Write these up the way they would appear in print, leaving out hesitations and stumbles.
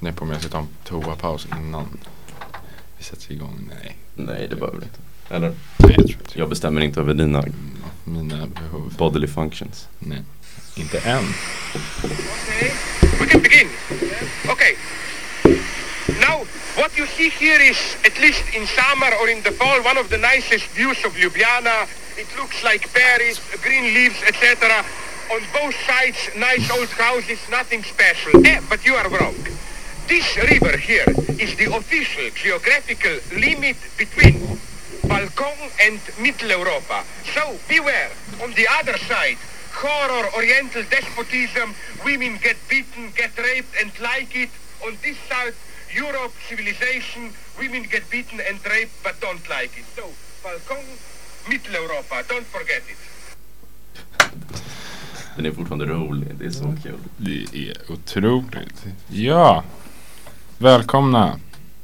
på om jag ska ta en toapaus innan vi sätter igång. Nej, det behöver du inte. Eller? Nej, jag tror inte. Jag bestämmer inte över mina behov. Bodily functions. Nej, inte än. Okay, we can begin. Okay. Now, what you see here is, at least in summer or in the fall, one of the nicest views of Ljubljana. It looks like Paris, green leaves, etc. On both sides, nice old houses, nothing special. But you are wrong. This river here is the official geographical limit between Balkan and Middle Europa. So beware. On the other side, horror, oriental despotism, women get beaten, get raped and like it. On this side, Europe, civilization, women get beaten and raped but don't like it. So, Balkan, Middle Europa, don't forget it. Den är fortfarande rolig, det är så kul. Det är otroligt. Ja, välkomna.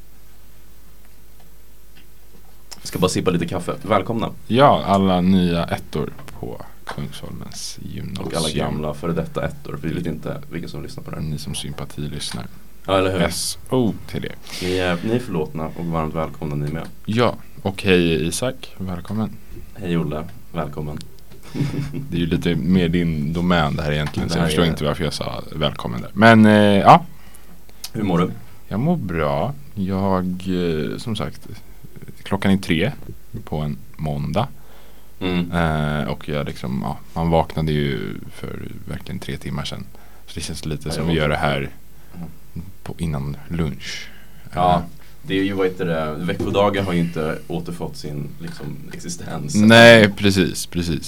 Jag ska bara sippa lite kaffe. Välkomna. Ja, alla nya ettor på Kungsholmens gymnasium. Och alla gamla före detta ettor. För vi vet inte vilka som lyssnar på det här. Ni som sympatilyssnar. Ja, eller hur? SO till det. Ni är förlåtna och varmt välkomna ni med. Ja, och hej Isak, välkommen. Hej Olle, välkommen. Det är ju lite mer din domän det här egentligen. Så jag förstår inte varför jag sa välkommen där. Men ja. Hur mår du? Jag mår bra. Jag, som sagt, klockan är 3 på en måndag. Och jag liksom, ja, man vaknade ju för verkligen 3 timmar sedan. Så det känns lite som vi gör det här innan lunch. Ja, det är ju, vad heter det, veckodagar har ju inte återfått sin liksom existens. Nej, precis.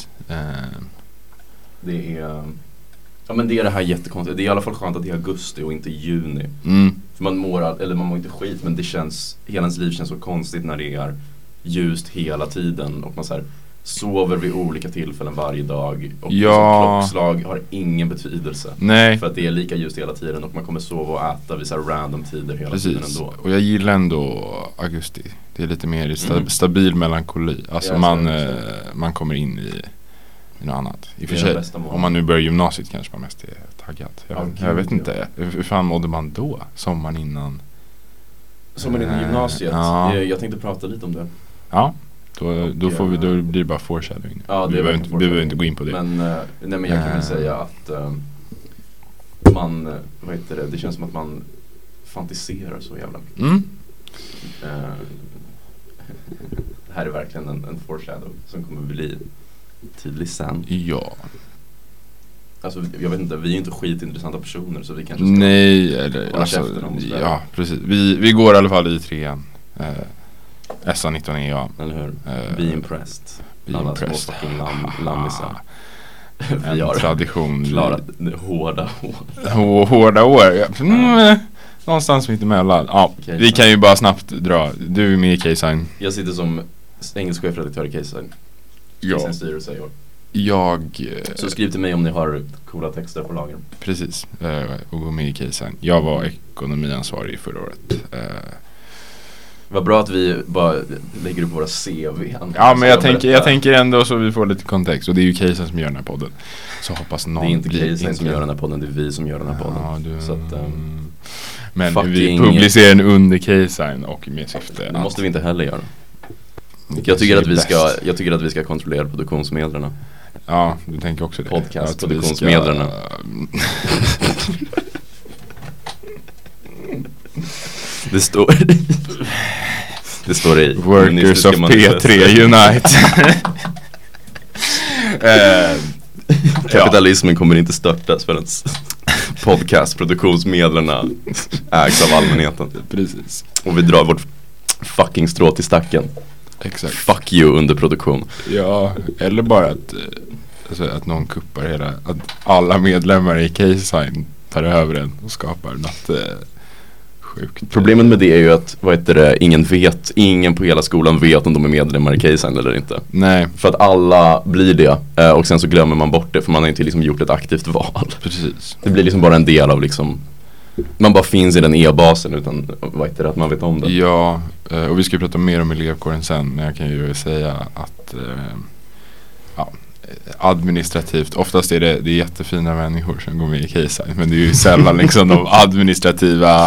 Det är, ja men det är det här jättekonstigt. Det är i alla fall skönt att det är augusti och inte juni. För man mår inte skit, men det känns, hela ens liv känns så konstigt när det är ljust hela tiden och man så här sover vid olika tillfällen varje dag och klockslag har ingen betydelse. Nej. För att det är lika ljust hela tiden och man kommer sova och äta vid så här random tider hela tiden ändå. Och jag gillar ändå augusti. Det är lite mer stabil melankoli. Alltså man kommer in i något annat. I och för sig, om man nu börjar gymnasiet kanske man mest är taggad. Jag vet inte. Hur fan mådde man då? Sommaren innan gymnasiet. Ja. Jag tänkte prata lite om det. Ja. Då blir det bara foreshadowing. Ja, vi behöver inte gå in på det. Men jag kan väl säga att man, vad heter det känns som att man fantiserar så jävla mycket. Det här är verkligen en foreshadow som kommer bli tydlig sen. Ja. Alltså jag vet inte, vi är ju inte skitintressanta personer så vi kanske ska ja, precis. Vi går i alla fall i 3:an. SA19EA. Eller hur? Be impressed. Alla små fucking lammisar. Vi har tradition. Klarat hårda år. Någonstans mitt emellan. Ja, vi kan ju bara snabbt dra. Du är med i K-Sign. Jag sitter som engelsk chefredaktör i K-Sign. Ja. Styrelse i år. Så skriv till mig om ni har coola texter på lager. Precis. Och gå med i K-Sign. Jag var ekonomiansvarig förra året. Vad bra att vi bara lägger upp våra CV. Ja, men jag tänker ändå så vi får lite kontext. Och det är ju Kaysen som gör den här podden. Så hoppas någon. Det är inte Kaysen som gör den här podden, det är vi som gör den här podden. Så att, men vi publicerar den under Kaysen och med syfte. Det måste vi inte heller göra. Jag tycker att vi ska kontrollera produktionsmedlen. Ja, du tänker också det. Podcast produktionsmedlen. Det står i Workers of P3 Unite. Kapitalismen kommer inte störtas förrän podcastproduktionsmedlen ägs av allmänheten. Precis. Och vi drar vårt fucking strå till stacken. Exakt. Fuck you under produktion. Ja, eller bara att någon kuppar att alla medlemmar i K-Sign tar över den och skapar något sjukt. Problemet med det är ju att ingen på hela skolan vet om de är medlemmar i K-Sign eller inte. Nej. För att alla blir det och sen så glömmer man bort det för man har inte liksom gjort ett aktivt val. Precis. Det blir liksom bara en del av liksom, man bara finns i den e-basen utan att man vet om det. Ja, och vi ska prata mer om elevkåren sen, men jag kan ju säga att administrativt, oftast är det jättefina människor som går med i K-Sign, men det är ju sällan liksom de administrativa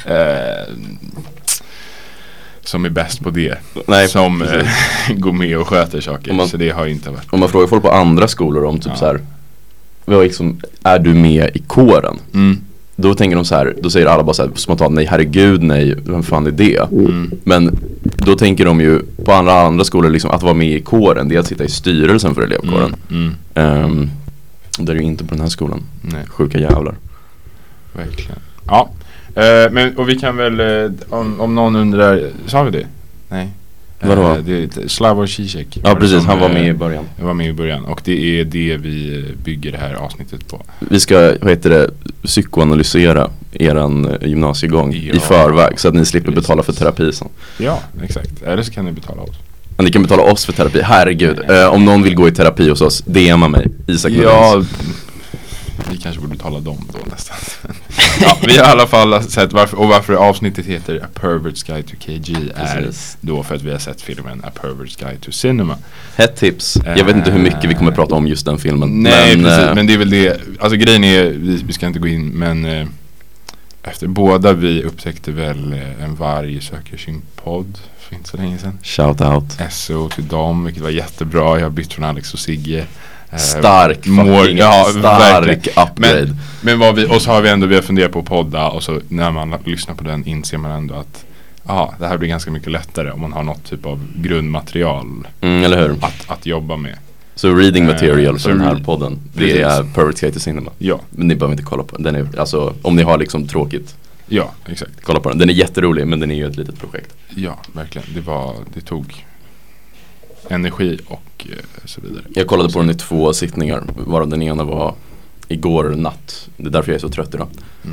som är bäst på det. Nej, som går med och sköter saker. Så det har ju inte varit. Om man frågar folk på andra skolor om typ så här, liksom, är du med i kåren? Då tänker de så här, då säger alla bara så här spontant, nej herregud, nej, vem fan är det? Men då tänker de ju på andra skolor liksom, att vara med i kåren, det är att sitta i styrelsen för elevkåren. Det är ju inte på den här skolan. Nej. Sjuka jävlar. Verkligen. Ja, men och vi kan väl om någon undrar, sa vi det? Nej. Vadå? Det är Slavoj Žižek. Ja, precis, han var med i början. Han var med i början, och det är det vi bygger det här avsnittet på. Vi ska, psykoanalysera eran gymnasiegång i förväg, så att ni slipper betala för terapi sen. Ja, exakt. Eller så kan ni betala oss. Ni kan betala oss för terapi, herregud. Om någon vill gå i terapi hos oss, DMa mig, Isak. Ja, vi kanske borde tala dem då nästan. Ja, vi har i alla fall sett varför avsnittet heter A Pervert's Guide to KG är då för att vi har sett filmen A Pervert's Guide to Cinema. Ett tips. Jag vet inte hur mycket vi kommer prata om just den filmen. Nej, precis, men det är väl det. Alltså grejen är, vi ska inte gå in, men efter båda vi upptäckte väl En varg söker sin podd för inte så länge sedan. Shout out. SO till dem, vilket var jättebra. Jag har bytt från Alex och Sigge. Stark upgrade. Men och så har vi har funderat på podda, och så när man lyssnar på den inser man ändå att det här blir ganska mycket lättare om man har något typ av grundmaterial eller hur? Att jobba med. Så reading material för den här podden, det är Pervert's Guide to Cinema. Ja. Men ni behöver inte kolla på den. Den är, alltså, om ni har liksom tråkigt. Ja, exakt. Kolla på den. Den är jätterolig, men den är ju ett litet projekt. Ja, verkligen. Det tog energi och så vidare. Jag kollade på den i 2 sittningar, varav den ena var igår natt. Det är därför jag är så trött idag.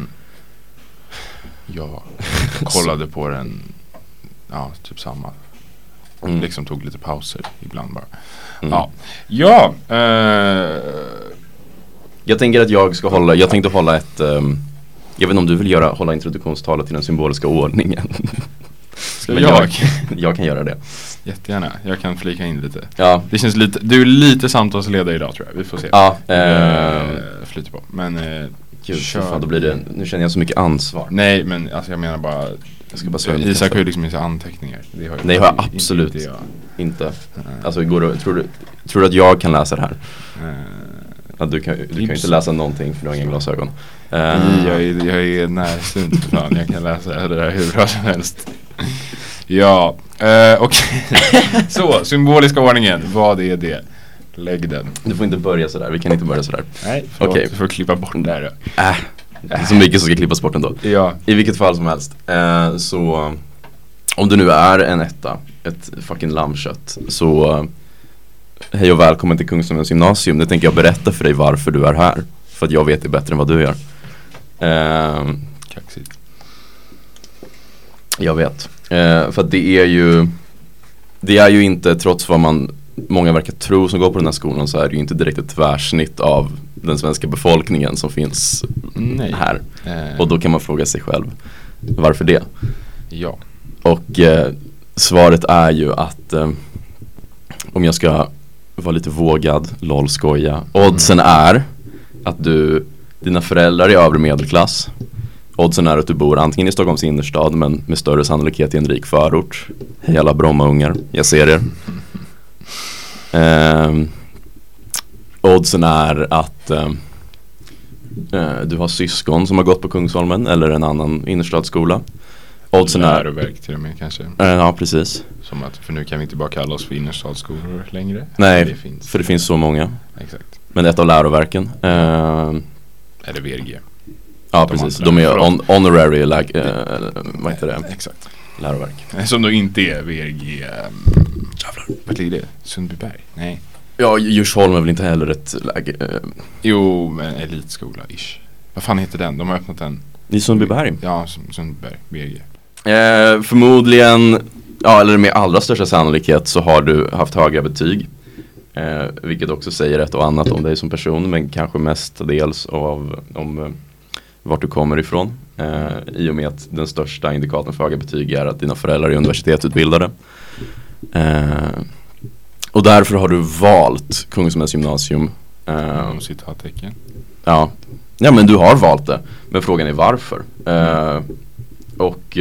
Jag kollade på den typ samma. Liksom tog lite pauser ibland bara. Jag tänker att jag tänkte hålla ett jag vet inte om du vill hålla introduktionstalet till den symboliska ordningen. Jag kan göra det. Jättegärna, jag kan flika in lite. Ja. Det känns lite, du är lite samtalsledare idag tror jag, vi får se. Ja, flyter på. Men gud, fan, då blir det, nu känner jag så mycket ansvar. Nej, men alltså jag menar bara, Isak har ju liksom inte anteckningar. Nej, har jag absolut inte. Alltså tror du att jag kan läsa det här? Du kan ju inte läsa någonting för du har inga glasögon. Jag är närsynt, fan. Jag kan läsa det där hur bra som helst. Ja, okej. Så, symboliska ordningen, vad är det? Lägg den. Du får inte börja sådär, vi kan inte börja sådär. Nej, förlåt, du får klippa bort det här då. Så mycket som ska klippas bort ändå. Ja. I vilket fall som helst. Så om du nu är en etta, ett fucking lammkött, så hej och välkommen till Kungsholmens gymnasium. Nu tänker jag berätta för dig varför du är här. För att jag vet det bättre än vad du gör. Kaxigt. Jag vet. För att det är ju inte, trots vad många verkar tro som går på den här skolan, så är det ju inte direkt ett tvärsnitt av den svenska befolkningen som finns här. Och då kan man fråga sig själv, varför det? Ja. Och svaret är ju att om jag ska vara lite vågad, skoja. Oddsen är att dina föräldrar är övre medelklass. Oddsen är att du bor antingen i Stockholms innerstad, men med större sannolikhet i en rik förort. Hej alla Brommaungar, jag ser er. Oddsen är att du har syskon som har gått på Kungsholmen eller en annan innerstadsskola. Oddsen är läroverk till och med kanske. Ja, precis. Som att, för nu kan vi inte bara kalla oss för innerstadsskolor längre. Nej, för det finns så många. Exakt. Men ett av läroverken är det VRG. Ja, precis. De är honorary vad heter det? Exakt. Läroverk. Som då inte är VRG. Vart ligger det? Sundbyberg? Nej. Ja, Djursholm är väl inte heller ett läge. Jo, men elitskola-ish. Vad fan heter den? De har öppnat den. I Sundbyberg? Ja, Sundbyberg, VRG. Förmodligen, eller med allra största sannolikhet så har du haft höga betyg. Vilket också säger ett och annat om dig som person, men kanske mestadels om vart du kommer ifrån. I och med att den största indikatorn för höga betyg är att dina föräldrar är universitetsutbildade. Och därför har du valt Kungsholmens gymnasium. Ja, men du har valt det. Men frågan är varför. Och Och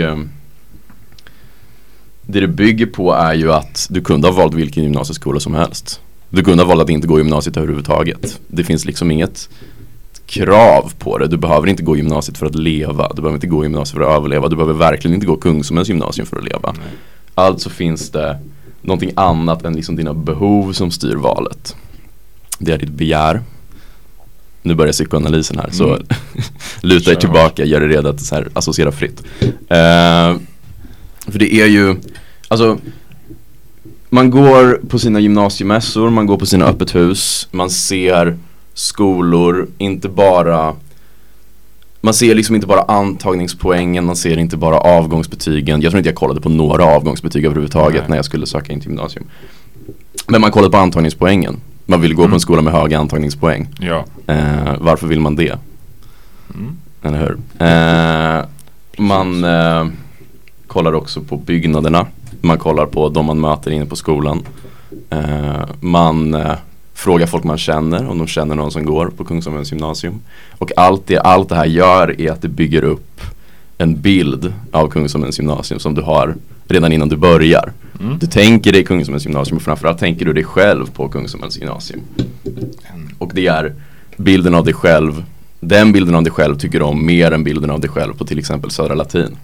det bygger på är ju att du kunde ha valt vilken gymnasieskola som helst. Du kunde ha valt att inte gå gymnasiet överhuvudtaget. Det finns liksom inget krav på det. Du behöver inte gå gymnasiet för att leva. Du behöver inte gå gymnasiet för att överleva. Du behöver verkligen inte gå Kungsholmens gymnasium för att leva. Nej. Alltså finns det någonting annat än liksom dina behov som styr valet. Det är ditt begär. Nu börjar psykoanalysen här, så luta er tillbaka, gör det redo att så här associera fritt. För det är ju, alltså, man går på sina gymnasiemässor, man går på sina öppet hus, man ser skolor, inte bara, man ser liksom inte bara antagningspoängen, man ser inte bara avgångsbetygen. Jag tror inte jag kollade på några avgångsbetyg överhuvudtaget när jag skulle söka in till gymnasium. Men man kollade på antagningspoängen. Man vill gå på en skola med höga antagningspoäng. Ja. Varför vill man det? Eller hur? Man kollar också på byggnaderna. Man kollar på de man möter inne på skolan. Man frågar folk man känner om de känner någon som går på Kungsholmens gymnasium. Och allt det här gör är att det bygger upp en bild av Kungsholmens gymnasium som du har redan innan du börjar. Du tänker dig Kungsholmens gymnasium, och framförallt tänker du dig själv på Kungsholmens gymnasium. Och det är bilden av dig själv. Den bilden av dig själv tycker du om mer än bilden av dig själv på till exempel Södra Latin.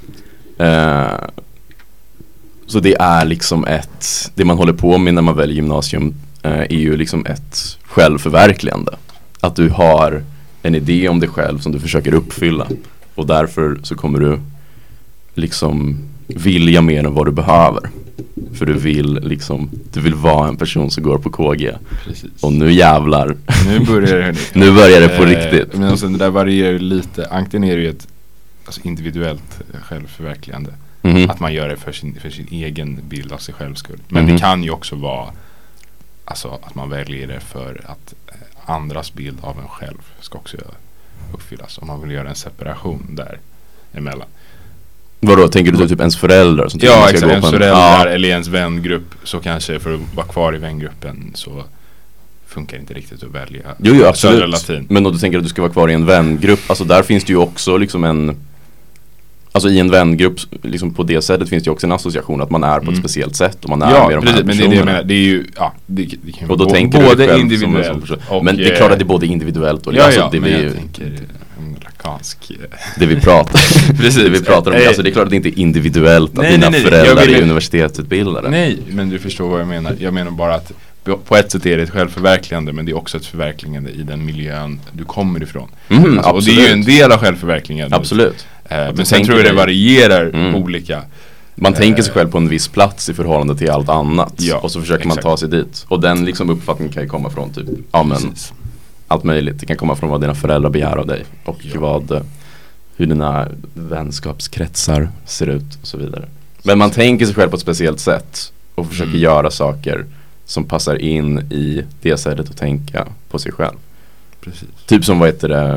Så det är liksom det man håller på med när man väljer gymnasium är ju liksom ett självförverkligande. Att du har en idé om dig själv som du försöker uppfylla. Och därför så kommer du liksom vilja mer än vad du behöver. För du vill vara en person som går på KG. Precis. Och nu jävlar. Nu börjar det på riktigt. Men alltså, det där varierar ju lite. Antingen är det ju ett individuellt självförverkligande. Att man gör det för sin egen bild av sig själv skull. Men det kan ju också vara att man väljer det för att andras bild av en själv ska också uppfyllas. Om man vill göra en separation där emellan. Vadå, tänker du typ ens föräldrar? Som ja, exakt, ens föräldrar eller ens vängrupp. Så kanske för att vara kvar i vängruppen så funkar det inte riktigt att välja. Jo, absolut. Latin. Men om du tänker att du ska vara kvar i en vängrupp, alltså där finns det ju också liksom i en vängrupp liksom på det sättet finns det ju också en association att man är på ett speciellt sätt och man är med de här personerna. Men det jag menar, det är ju det kan och då tänker både individuellt men det är klart att det är både individuellt och det jag tänker amerikansk det vi pratar om alltså det är klart att det inte är individuellt att dina föräldrar är universitetsutbildade. Nej, men du förstår vad jag menar. Jag menar bara att på ett sätt är det ett självförverkligande, men det är också ett förverkligande i den miljön du kommer ifrån. Och det är ju en del av självförverkligandet. Absolut. Men sen tror jag det varierar olika. Man tänker sig själv på en viss plats i förhållande till allt annat. Och så försöker man ta sig dit. Och den liksom uppfattningen kan ju komma från typ allt möjligt. Det kan komma från vad dina föräldrar begär av dig. Och hur dina vänskapskretsar ser ut och så vidare. Men man tänker sig själv på ett speciellt sätt. Och försöker göra saker som passar in i det sättet att tänka på sig själv. Precis. Typ som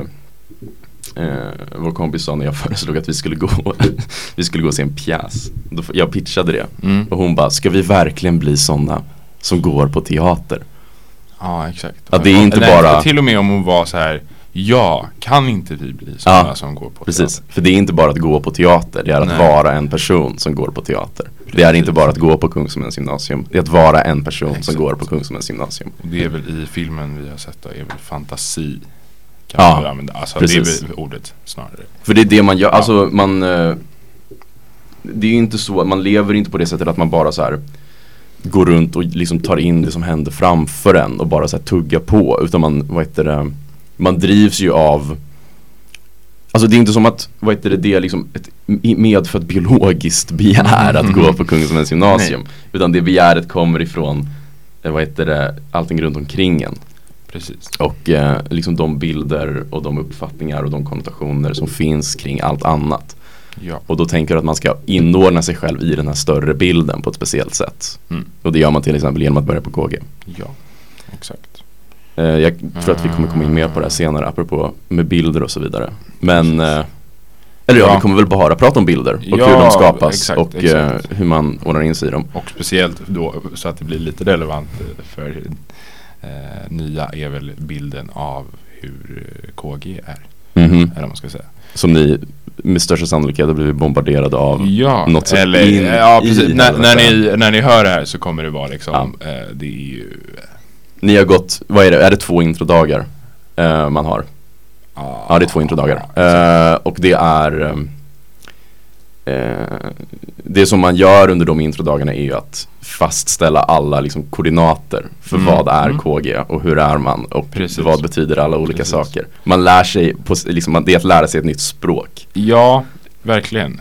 vår kompis sa när jag föreslog att vi skulle gå och se en pjäs. Jag pitchade det. Och hon bara, ska vi verkligen bli sådana som går på teater? Ja, exakt. Att det är inte bara till och med om hon var så här, kan inte vi bli sådana som går på precis. Teater? För det är inte bara att gå på teater, det är att vara en person som går på teater. Precis. Det är inte bara att gå på Kungsholmens gymnasium, det är att vara en person som går på Kungsholmens gymnasium. Och det är väl i filmen vi har sett då, är väl fantasi kan man använda. Alltså precis. Det är väl ordet snarare. För det är det man gör, alltså det är ju inte så, man lever inte på det sättet att man bara så här går runt och liksom tar in det som händer framför en och bara så här tuggar på, utan man drivs ju av, alltså det är inte som att det är liksom ett medfött biologiskt begär att gå på Kungsholmens gymnasium. Nej. Utan det begäret kommer ifrån allting runt omkring en. Precis. Och liksom de bilder och de uppfattningar och de konnotationer som finns kring allt annat. Ja. Och då tänker du att man ska inordna sig själv i den här större bilden på ett speciellt sätt. Och det gör man till exempel genom att börja på KG. Ja, exakt. Jag tror att vi kommer komma in mer på det här senare, apropå med bilder och så vidare. Men vi kommer väl bara prata om bilder och hur de skapas. Exakt, och hur man ordnar in sig i dem. Och speciellt då så att det blir lite relevant för nya är väl bilden av hur KG är. Eller vad man ska säga. Som ni med största sannolikhet har blivit bombarderade av något som precis. När ni hör det här så kommer det vara liksom det är ju ni har gått, vad är det 2 introdagar man har? Ja, det är 2 introdagar. Och det är det som man gör under de introdagarna är ju att fastställa alla liksom koordinater för vad är KG och hur är man och vad betyder alla olika saker. Man lär sig det är att lära sig ett nytt språk. Ja, verkligen.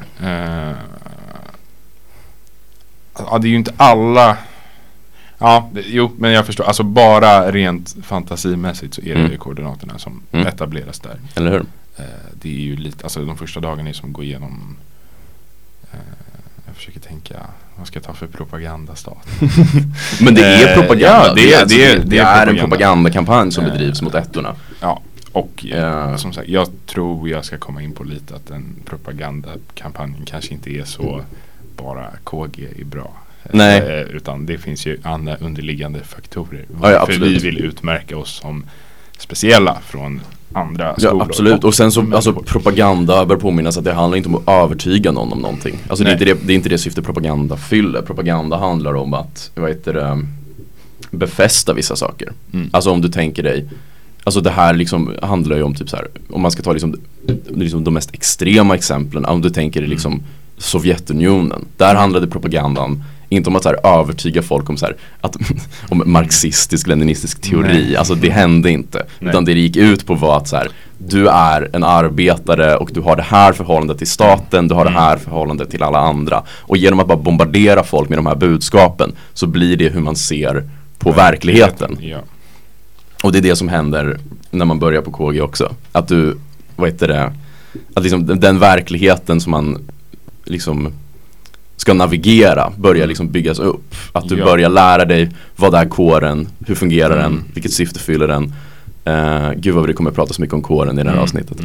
Det är ju inte alla. Men jag förstår. Alltså bara rent fantasimässigt så är det koordinaterna som etableras där. Eller hur? Det är ju lite, alltså de första dagarna är som går igenom. Jag försöker tänka, vad ska jag ta för propagandastat? Men det är propaganda. Det är en propagandakampanj som bedrivs mot ettorna. Ja, och som sagt, jag tror jag ska komma in på lite att den propagandakampanjen kanske inte är så bara KG är bra. Nej. Utan det finns ju andra underliggande faktorer. För vi vill utmärka oss som speciella från andra skolor. Ja, absolut. Och sen så, alltså propaganda bör påminnas att det handlar inte om att övertyga någon om någonting. Alltså det är inte det syfte propaganda fyller. Propaganda handlar om att, befästa vissa saker. Alltså om du tänker dig, alltså det här liksom handlar ju om typ så här, om man ska ta liksom de mest extrema exemplen, om du tänker dig liksom Sovjetunionen. Där handlade propagandan inte om att så här övertyga folk om så här om marxistisk-leninistisk teori. Nej. Alltså det hände inte. Nej. Utan det gick ut på var att så här, du är en arbetare och du har det här förhållandet till staten, du har det här förhållandet till alla andra. Och genom att bara bombardera folk med de här budskapen så blir det hur man ser på verkligheten. Ja. Och det är det som händer när man börjar på KG också. Att du, att liksom den verkligheten som man liksom ska navigera börjar liksom byggas upp. Att du börjar lära dig vad är kåren, hur fungerar den, vilket syfte fyller den. Gud vad vi kommer att prata så mycket om kåren i det här avsnittet.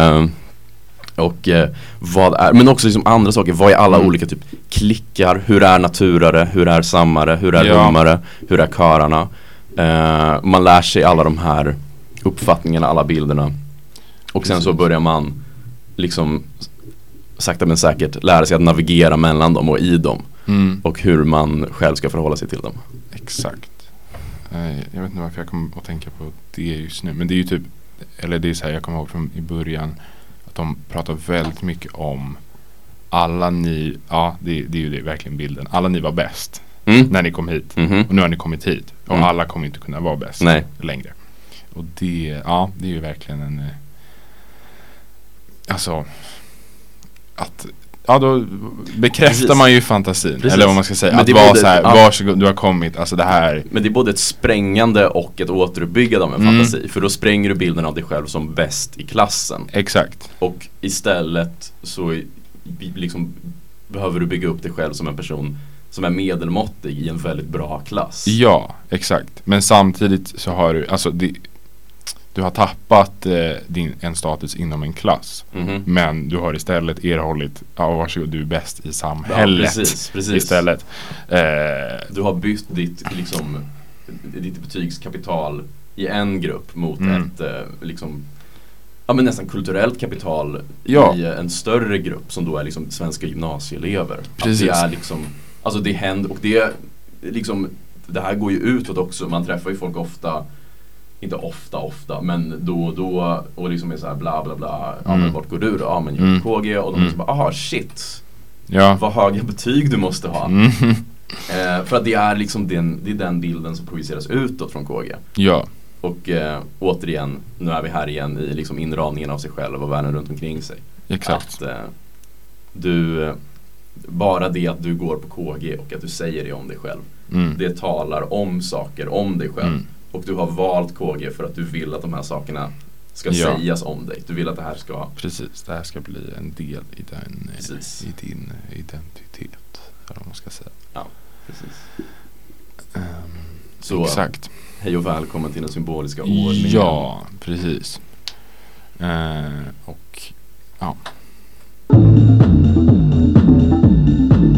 Vad är, men också liksom andra saker, vad är alla olika typ klickar, hur är naturare, hur är sammare, hur är rummare, hur är kararna. Man lär sig alla de här uppfattningarna, alla bilderna. Och sen så börjar man liksom sakta men säkert lära sig att navigera mellan dem och i dem. Och hur man själv ska förhålla sig till dem. Exakt. Jag vet inte varför jag kommer att tänka på det just nu. Men det är ju typ, eller det är så här, jag kommer ihåg från i början att de pratar väldigt mycket om alla ni, det är ju det verkligen bilden. Alla ni var bäst när ni kom hit. Och nu har ni kommit hit. Och alla kommer inte kunna vara bäst längre. Och det är ju verkligen en alltså att då bekräftar man ju fantasin. Precis. Eller vad man ska säga. Men att vara så här, varsågod, du har kommit, alltså det här. Men det är både ett sprängande och ett återuppbyggande av en fantasi. För då spränger du bilden av dig själv som bäst i klassen. Exakt. Och istället så liksom behöver du bygga upp dig själv som en person som är medelmåttig i en väldigt bra klass. Ja, exakt. Men samtidigt så har du, alltså du har tappat en status inom en klass. Men du har istället erhållit, varsågod, du är bäst i samhället. Precis. Istället. Du har bytt ditt betygskapital i en grupp mot ett men nästan kulturellt kapital i en större grupp som då är liksom svenska gymnasieelever. Precis. Att det är liksom, alltså det händer, och det liksom, det här går ju utåt också. Man träffar ju folk ofta, inte ofta, men då och då, och liksom är så här bla bla bla. Ja, men vart går du då? Ja, men jag är KG. Och de är så bara, shit. Ja. Vad höga betyg du måste ha. För att det är liksom det är den bilden som projiceras utåt från KG. Ja. Och återigen, nu är vi här igen i liksom inramningen av sig själv och världen runt omkring sig. Exakt. Att bara det att du går på KG och att du säger det om dig själv, det talar om saker om dig själv. Och du har valt KG för att du vill att de här sakerna ska sägas om dig. Du vill att det här ska... Precis, det här ska bli en del i din identitet. Eller vad man ska säga. Ja, precis. Så, exakt. Hej och välkommen till den symboliska ordningen. Ja, precis. Och ja.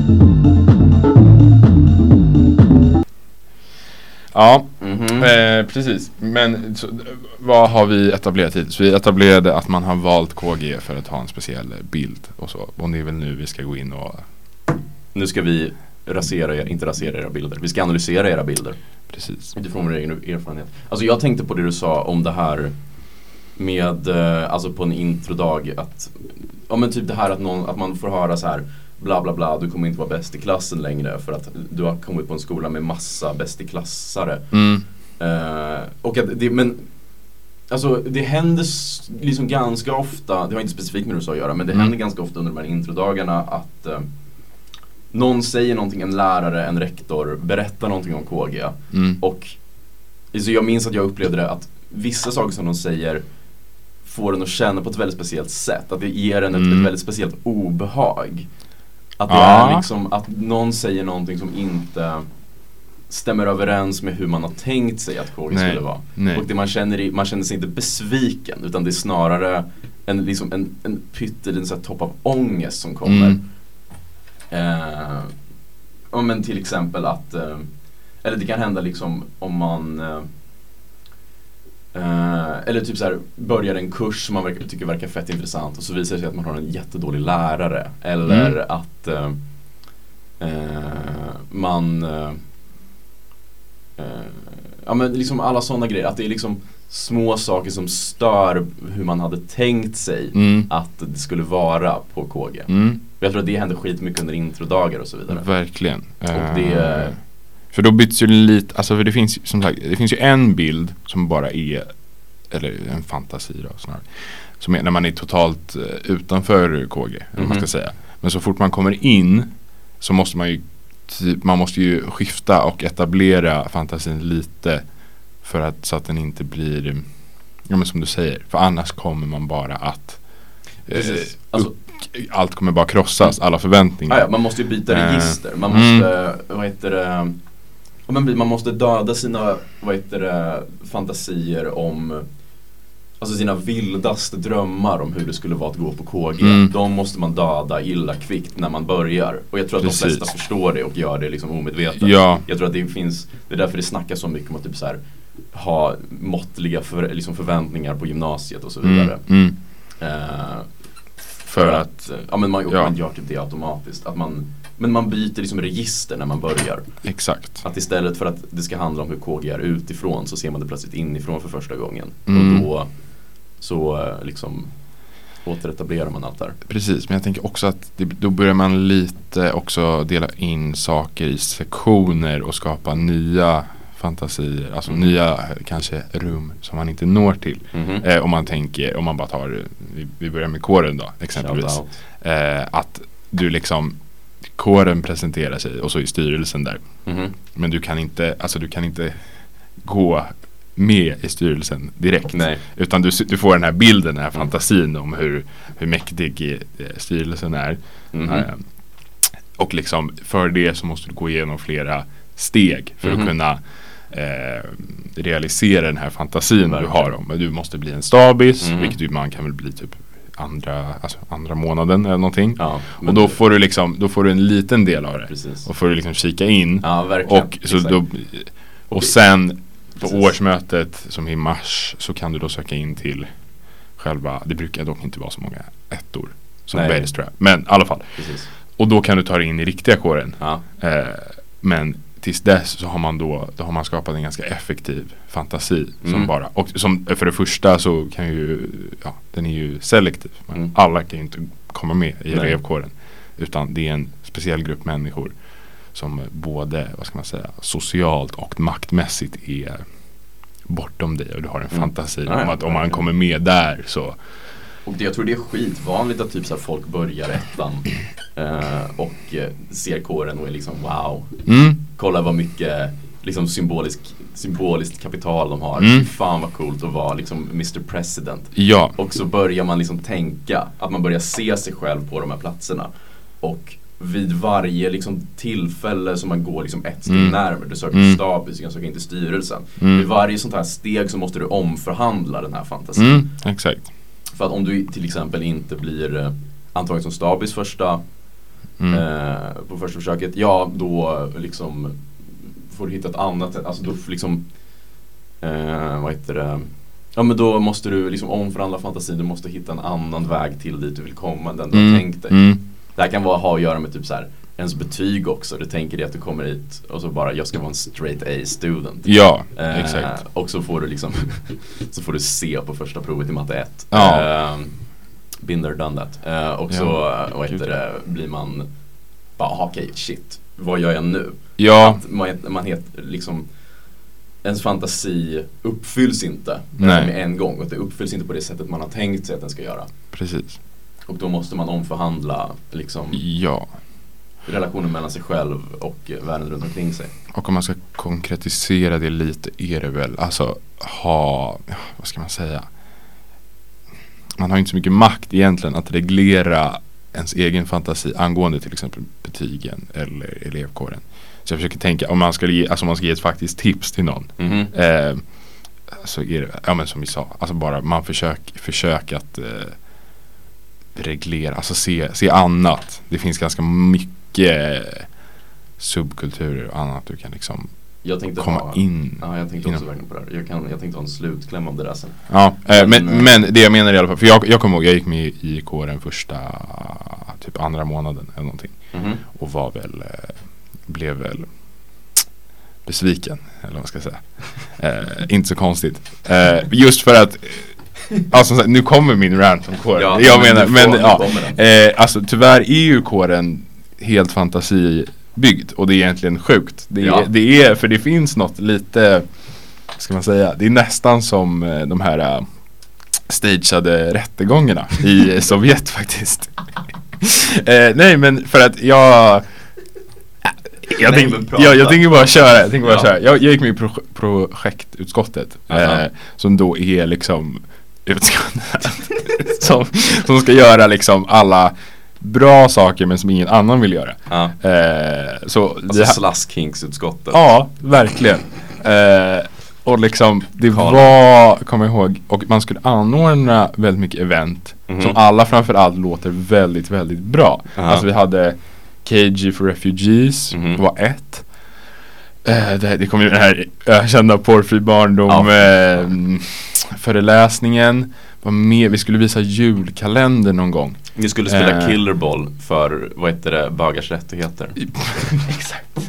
Ja, precis. Men så, vad har vi etablerat hittills? Vi etablerade att man har valt KG för att ha en speciell bild och så. Och det är väl nu vi ska gå in och... Nu ska vi inte rasera era bilder. Vi ska analysera era bilder. Precis. Utifrån vår egen erfarenhet. Alltså jag tänkte på det du sa om det här med, alltså på en introdag att, ja men typ det här att man får höra så här bla bla bla, du kommer inte vara bäst i klassen längre för att du har kommit på en skola med massa bäst i klassare. Och att det, men alltså det händer liksom ganska ofta, det har inte specifikt med det du sa att göra, men det händer ganska ofta under de här introdagarna att någon säger någonting, en lärare, en rektor berättar någonting om KG och så jag minns att jag upplevde det att vissa saker som de säger får en att känna på ett väldigt speciellt sätt, att det ger en ett väldigt speciellt obehag, att det är liksom att någon säger någonting som inte stämmer överens med hur man har tänkt sig att KG skulle vara. Och det man känner sig inte besviken, utan det är snarare en pytteliten så här topp av ångest som kommer. Men till exempel att eller det kan hända liksom om man eller typ så här börjar en kurs som man tycker verkar fett intressant och så visar det sig att man har en jättedålig lärare eller att man ja men liksom alla sådana grejer, att det är liksom små saker som stör hur man hade tänkt sig att det skulle vara på KG. Jag tror att det händer skitmycket under introdagar och så vidare. Verkligen. Och det för då byts ju lite, alltså för det finns som sagt, det finns ju en bild som bara är, eller en fantasi då snarare, som är när man är totalt utanför KG, eller vad man ska säga. Men så fort man kommer in så måste man måste ju skifta och etablera fantasin lite för att, så att den inte blir, ja men som du säger, för annars kommer man bara att allt kommer bara krossas, alla förväntningar. Ja, man måste ju byta register. Man måste man måste döda sina fantasier om, alltså sina vildaste drömmar om hur det skulle vara att gå på KG. De måste man döda illa kvickt när man börjar. Och jag tror att de flesta förstår det och gör det liksom omedvetet. Ja. Jag tror att det är därför det snackas så mycket om att typ så här, ha måttliga förväntningar på gymnasiet och så vidare. För att ja, men man gör typ det automatiskt. Men man byter liksom register när man börjar. Exakt. Att istället för att det ska handla om hur KG är utifrån så ser man det plötsligt inifrån för första gången. Och då så liksom återetablerar man allt där. Precis, men jag tänker också att då börjar man lite också dela in saker i sektioner och skapa nya fantasier, alltså nya kanske rum som man inte når till. Om man tänker, om man bara tar, vi börjar med kåren då exempelvis, att du liksom, kåren presenterar sig och så är styrelsen där. Men du kan inte gå med i styrelsen direkt. Nej. Utan du får den här bilden, den här fantasin om hur mäktig styrelsen är. Och liksom för det så måste du gå igenom flera steg för att kunna realisera den här fantasin du har om. Men du måste bli en stabis, vilket man kan väl bli typ andra månaden eller någonting. Ja, och då får du en liten del av det. Precis. Och får du liksom kika in. Ja, verkligen. Och sen på årsmötet som i mars så kan du då söka in till själva, det brukar dock inte vara så många ettor som väljs tror jag. Men i alla fall. Precis. Och då kan du ta dig in i riktiga kåren. Ja. Men tills dess så har man skapat en ganska effektiv fantasi som bara, och som för det första så kan ju, den är ju selektiv. Alla kan ju inte komma med i elevkåren, utan det är en speciell grupp människor som både, vad ska man säga, socialt och maktmässigt är bortom dig, och du har en fantasi om att om man kommer med där så. Och jag tror det är skitvanligt att typ så här folk börjar ettan och ser kåren och är liksom wow. Kolla vad mycket liksom symboliskt kapital de har. Fan vad coolt att vara liksom Mr. President. Ja. Och så börjar man liksom tänka att man börjar se sig själv på de här platserna. Och vid varje liksom tillfälle som man går liksom ett steg närmare, du söker stabis, du kan söka in till styrelsen. Vid varje sånt här steg så måste du omförhandla den här fantasin. Exakt. För att om du till exempel inte blir antagen som stabis på första försöket, då liksom får du hitta ett annat, alltså då liksom vad heter det? Ja, men då måste du liksom omförhandla fantasin. Du måste hitta en annan väg till dit du vill komma än den du har tänkt dig. Det här kan ha att göra med typ så här ens betyg också. Du tänker dig att du kommer hit och så bara, jag ska vara en straight A student. Ja, exakt. Och så får du liksom så får du se på första provet i matte 1. Been there, done that. Och så vad heter det, blir man bara, okej, shit, vad gör jag nu? Ja. Att man heter liksom, ens fantasi uppfylls inte med en gång, och det uppfylls inte på det sättet man har tänkt sig att den ska göra. Precis. Och då måste man omförhandla liksom relationen mellan sig själv och världen runt omkring sig. Och om man ska konkretisera det lite, är det väl alltså vad ska man säga, man har inte så mycket makt egentligen att reglera ens egen fantasi angående till exempel betygen eller elevkåren. Så jag försöker tänka, om man ska ge ett faktiskt tips till någon, så är det, men som vi sa, alltså bara man försöker att reglera, alltså se annat. Det finns ganska mycket subkulturer och annat du kan liksom komma in. Ja, jag tänkte också verkligen på det här. Jag tänkte ha en slutkläm om det där sen. Ja, men det jag menar i alla fall, för jag kommer ihåg, jag gick med i kåren första typ andra månaden eller någonting. Och blev väl besviken, eller vad man ska säga. Inte så konstigt. Just för att alltså, nu kommer min rant om kåren. Ja, jag menar, alltså tyvärr är ju kåren helt fantasibyggd, och det är egentligen sjukt. Det är, för det finns något lite, ska man säga, det är nästan som de här stageade rättegångarna i Sovjet faktiskt. Nej, men för att jag tänker bara köra. Jag gick med i projektutskottet som då är liksom utskottet som ska göra liksom alla bra saker men som ingen annan vill göra. Så alltså slaskhinksutskottet. Ja, verkligen. Och liksom det var, kommer jag ihåg, och man skulle anordna väldigt mycket event som alla framförallt låter väldigt, väldigt bra. Alltså vi hade KG for Refugees var ett. Det kom ju den här ökända porrfri barndom föreläsningen var med. Vi skulle visa julkalender någon gång. Vi skulle spela Killerball för, vad heter det, bagars rättigheter. Exakt.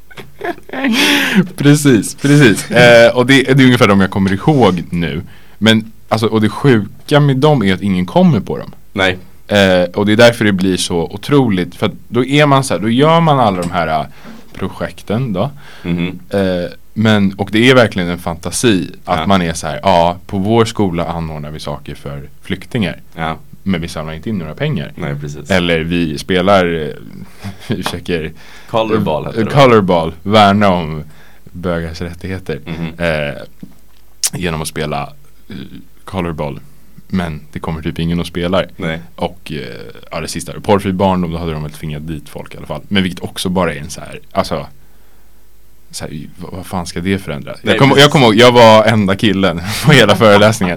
Precis. Och det är ungefär de jag kommer ihåg nu. Men alltså, och det sjuka med dem är att ingen kommer på dem. Nej. Och det är därför det blir så otroligt, för att då är man så här, då gör man alla de här projekten då. Men, och det är verkligen en fantasi att man är så här, på vår skola anordnar vi saker för flyktingar. Men vi samlar inte in några pengar. Nej, precis. Eller vi spelar vi försöker Colorball, värna om bögars rättigheter genom att spela Colorball. Men det kommer typ ingen att spela. Nej. Och det sista, porrfri barndom, då hade de väl tvingat dit folk i alla fall. Men vilket också bara är en så här, alltså så här, vad fan ska det förändra? Nej, jag kommer ihåg, jag var enda killen på hela föreläsningen.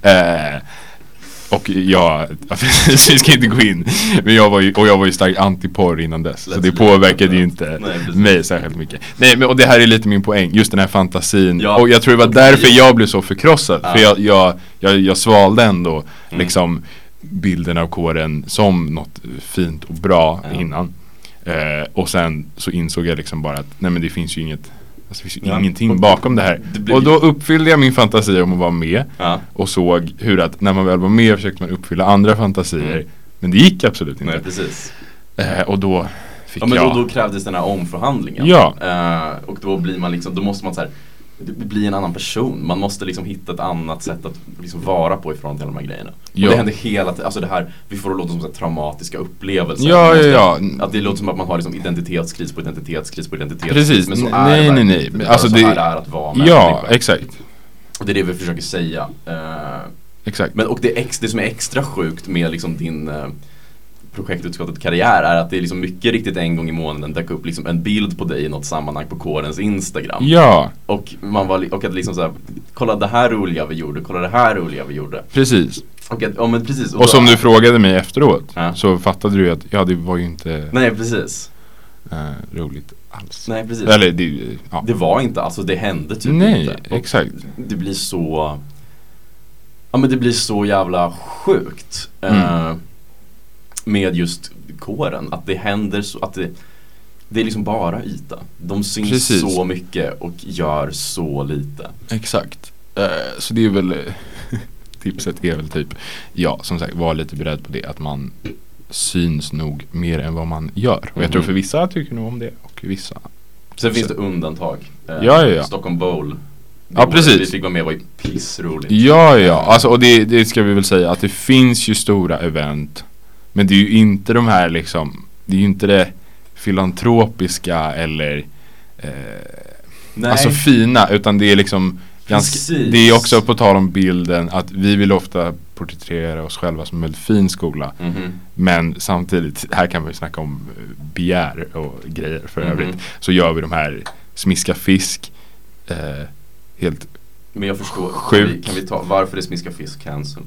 Och vi ska inte gå in. Men jag var ju starkt antiporr innan dess. Så det påverkade ju inte mig särskilt mycket. Nej, men och det här är lite min poäng. Just den här fantasin. Och jag tror det var därför jag blev så förkrossad. För jag svalde ändå liksom bilden av kåren som något fint och bra innan. Och sen så insåg jag liksom bara att nej, men det finns ju inget. Alltså, det finns ju ingenting bakom det här. Och då uppfyllde jag min fantasi om att vara med. Och såg hur att när man väl var med försökte man uppfylla andra fantasier. Men det gick absolut inte. Nej, precis. Och då fick då krävdes den här omförhandlingen. Och då blir man liksom, då måste man så här, bli en annan person. Man måste liksom hitta ett annat sätt att liksom vara på ifrån till de här grejerna. Och det händer hela tiden. Alltså det här, vi får det låta som så här traumatiska upplevelser. Att det låter som att man har liksom identitetskris på identitetskris. Precis. Men så nej. Alltså så här är att vara människa. Ja, exakt. Och det är det vi försöker säga. Exakt. Men och det som är extra sjukt med liksom din projektutskottet karriär är att det är liksom mycket riktigt en gång i månaden dök upp liksom en bild på dig i något sammanhang på kårens Instagram. Och man var och att liksom så här, kolla det här roliga vi gjorde. Precis. Men precis. Och som du frågade mig efteråt så fattade du att det var ju inte nej, precis. Roligt alls. Nej, precis. Eller det var inte, alltså det hände typ Nej, inte. Nej, exakt. Det blir så... Ja, men det blir så jävla sjukt med just kåren. Att det händer så, att det är liksom bara yta. De syns så mycket och gör så lite. Exakt. Så det är väl tipset är väl typ, ja, som sagt, var lite beredd på det, att man syns nog mer än vad man gör. Och jag tror för vissa tycker nog om det, och vissa. Sen finns det undantag. Ja. Stockholm Bowl. Ja, precis. Vi fick vara med, var ju pissroligt. Ja. Alltså, och det ska vi väl säga, att det finns ju stora event. Men det är ju inte de här liksom, det är ju inte det filantropiska eller alltså fina, utan det är liksom ganska, det är också på tal om bilden, att vi vill ofta porträttera oss själva som en väldigt fin skola. Men samtidigt, här kan vi snacka om begär och grejer för övrigt, så gör vi de här smiska fisk helt. Men jag förstår, kan vi ta, varför är smiska fisk cancelled?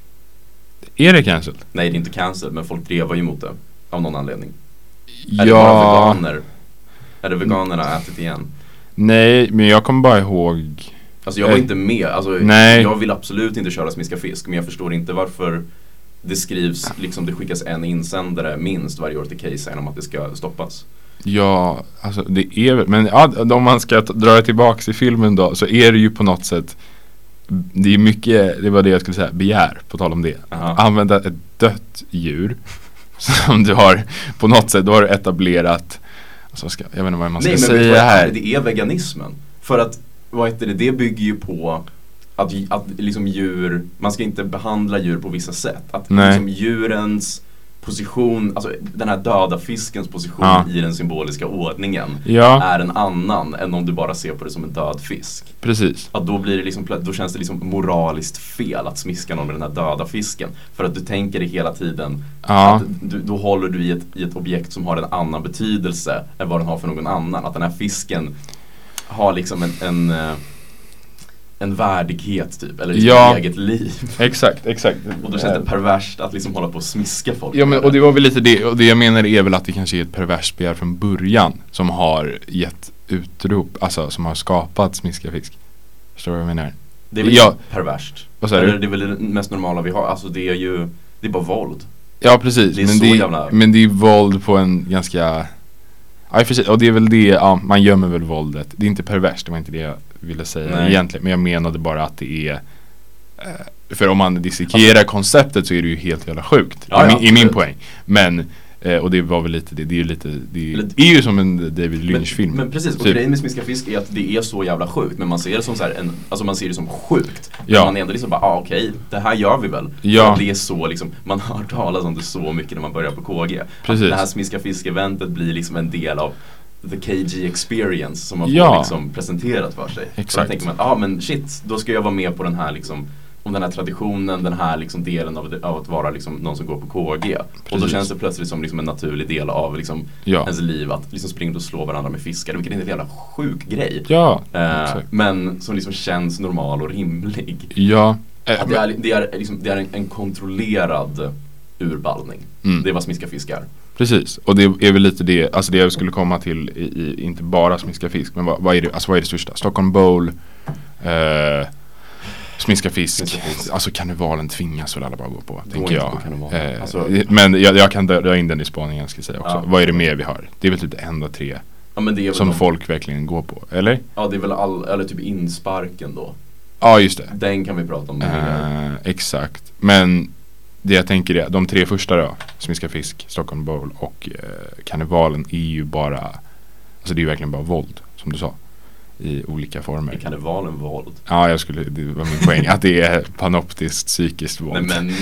Är det cancelled? Nej, det är inte cancelled, men folk drevar ju emot det av någon anledning. Ja. Är det bara veganer? Är det veganerna ätit igen? Nej, men jag kommer bara ihåg. Alltså jag var inte med, alltså jag vill absolut inte köra smiska fisk, men jag förstår inte varför det skrivs, liksom det skickas en insändare minst varje år till Kejsaren om att det ska stoppas. Ja, alltså det är väl, men om man ska dra det tillbaks i filmen då, så är det ju på något sätt, det är mycket, det var det jag skulle säga, begär, på tal om det. Använda ett dött djur som du har, på något sätt, då har du etablerat, alltså jag vet inte vad man ska säga här. Det är veganismen. För att, vad heter det, det bygger ju på att liksom djur, man ska inte behandla djur på vissa sätt. Att liksom djurens position, alltså den här döda fiskens position i den symboliska ordningen är en annan än om du bara ser på det som en död fisk. Precis. Att då blir det liksom, då känns det liksom moraliskt fel att smiska någon med den här döda fisken, för att du tänker det hela tiden att då håller du i ett objekt som har en annan betydelse än vad den har för någon annan. Att den här fisken har liksom en värdighet typ, eller ett eget liv. Exakt. Och då känns det perverst att liksom hålla på och smiska folk. Ja, men, och det var väl lite det, och det jag menar är väl att det kanske är ett perverst begär från början som har gett utrop, alltså som har skapat smiska fisk. Förstår du vad jag menar? Det är väl perverst. Vad säger du? Det är väl det mest normala vi har, alltså det är bara våld. Ja, precis, det är men det är våld på en ganska, och det är väl det, man gömmer väl våldet. Det är inte perverst, det var inte det jag ville säga egentligen, men jag menade bara att det är för om man dissekerar konceptet så är det ju helt jävla sjukt i min poäng. Men och det var väl lite det är ju lite, det är ju som en David Lynch-film. Men precis, och grejen med smiska fisk är att det är så jävla sjukt, men man ser det som så här alltså man ser det som sjukt. Man är ändå liksom bara, okej, det här gör vi väl. För det är så liksom, man hör talas om det så mycket när man börjar på KG. Precis. Det här smiska fisk-eventet blir liksom en del av the KG experience som man får liksom presenterat för sig. Exakt. Så då tänker man, men shit, då ska jag vara med på den här liksom, om den här traditionen, den här liksom delen av att vara liksom någon som går på KG. Och då känns det plötsligt som liksom en naturlig del av liksom ens liv att liksom springa och slå varandra med fiskar, vilket är en jävla sjuk grej. Men som liksom känns normal och rimlig. Det är en kontrollerad urballning. Det är vad smiska fiskar. Precis, och det är väl lite det, alltså det jag skulle komma till inte bara smiska fisk, men vad är det, alltså vad är det största? Stockholm Bowl, smiska fisk. Alltså karnevalen tvingas väl alla bara gå på, tänker jag. Men jag kan dra in den i spaningen, ska jag säga också. Vad är det mer vi har? Det är väl typ det enda 3 men det är som folk verkligen går på, eller? Ja, det är väl eller typ insparken då. Ja, just det. Den kan vi prata om. Exakt. Men det jag tänker är, de 3 första då, smiska fisk, Stockholm Bowl och karnevalen är ju bara, alltså det är ju verkligen bara våld, som du sa, i olika former. Är karnevalen våld? Ja, det var min poäng, att det är panoptiskt psykiskt våld. Men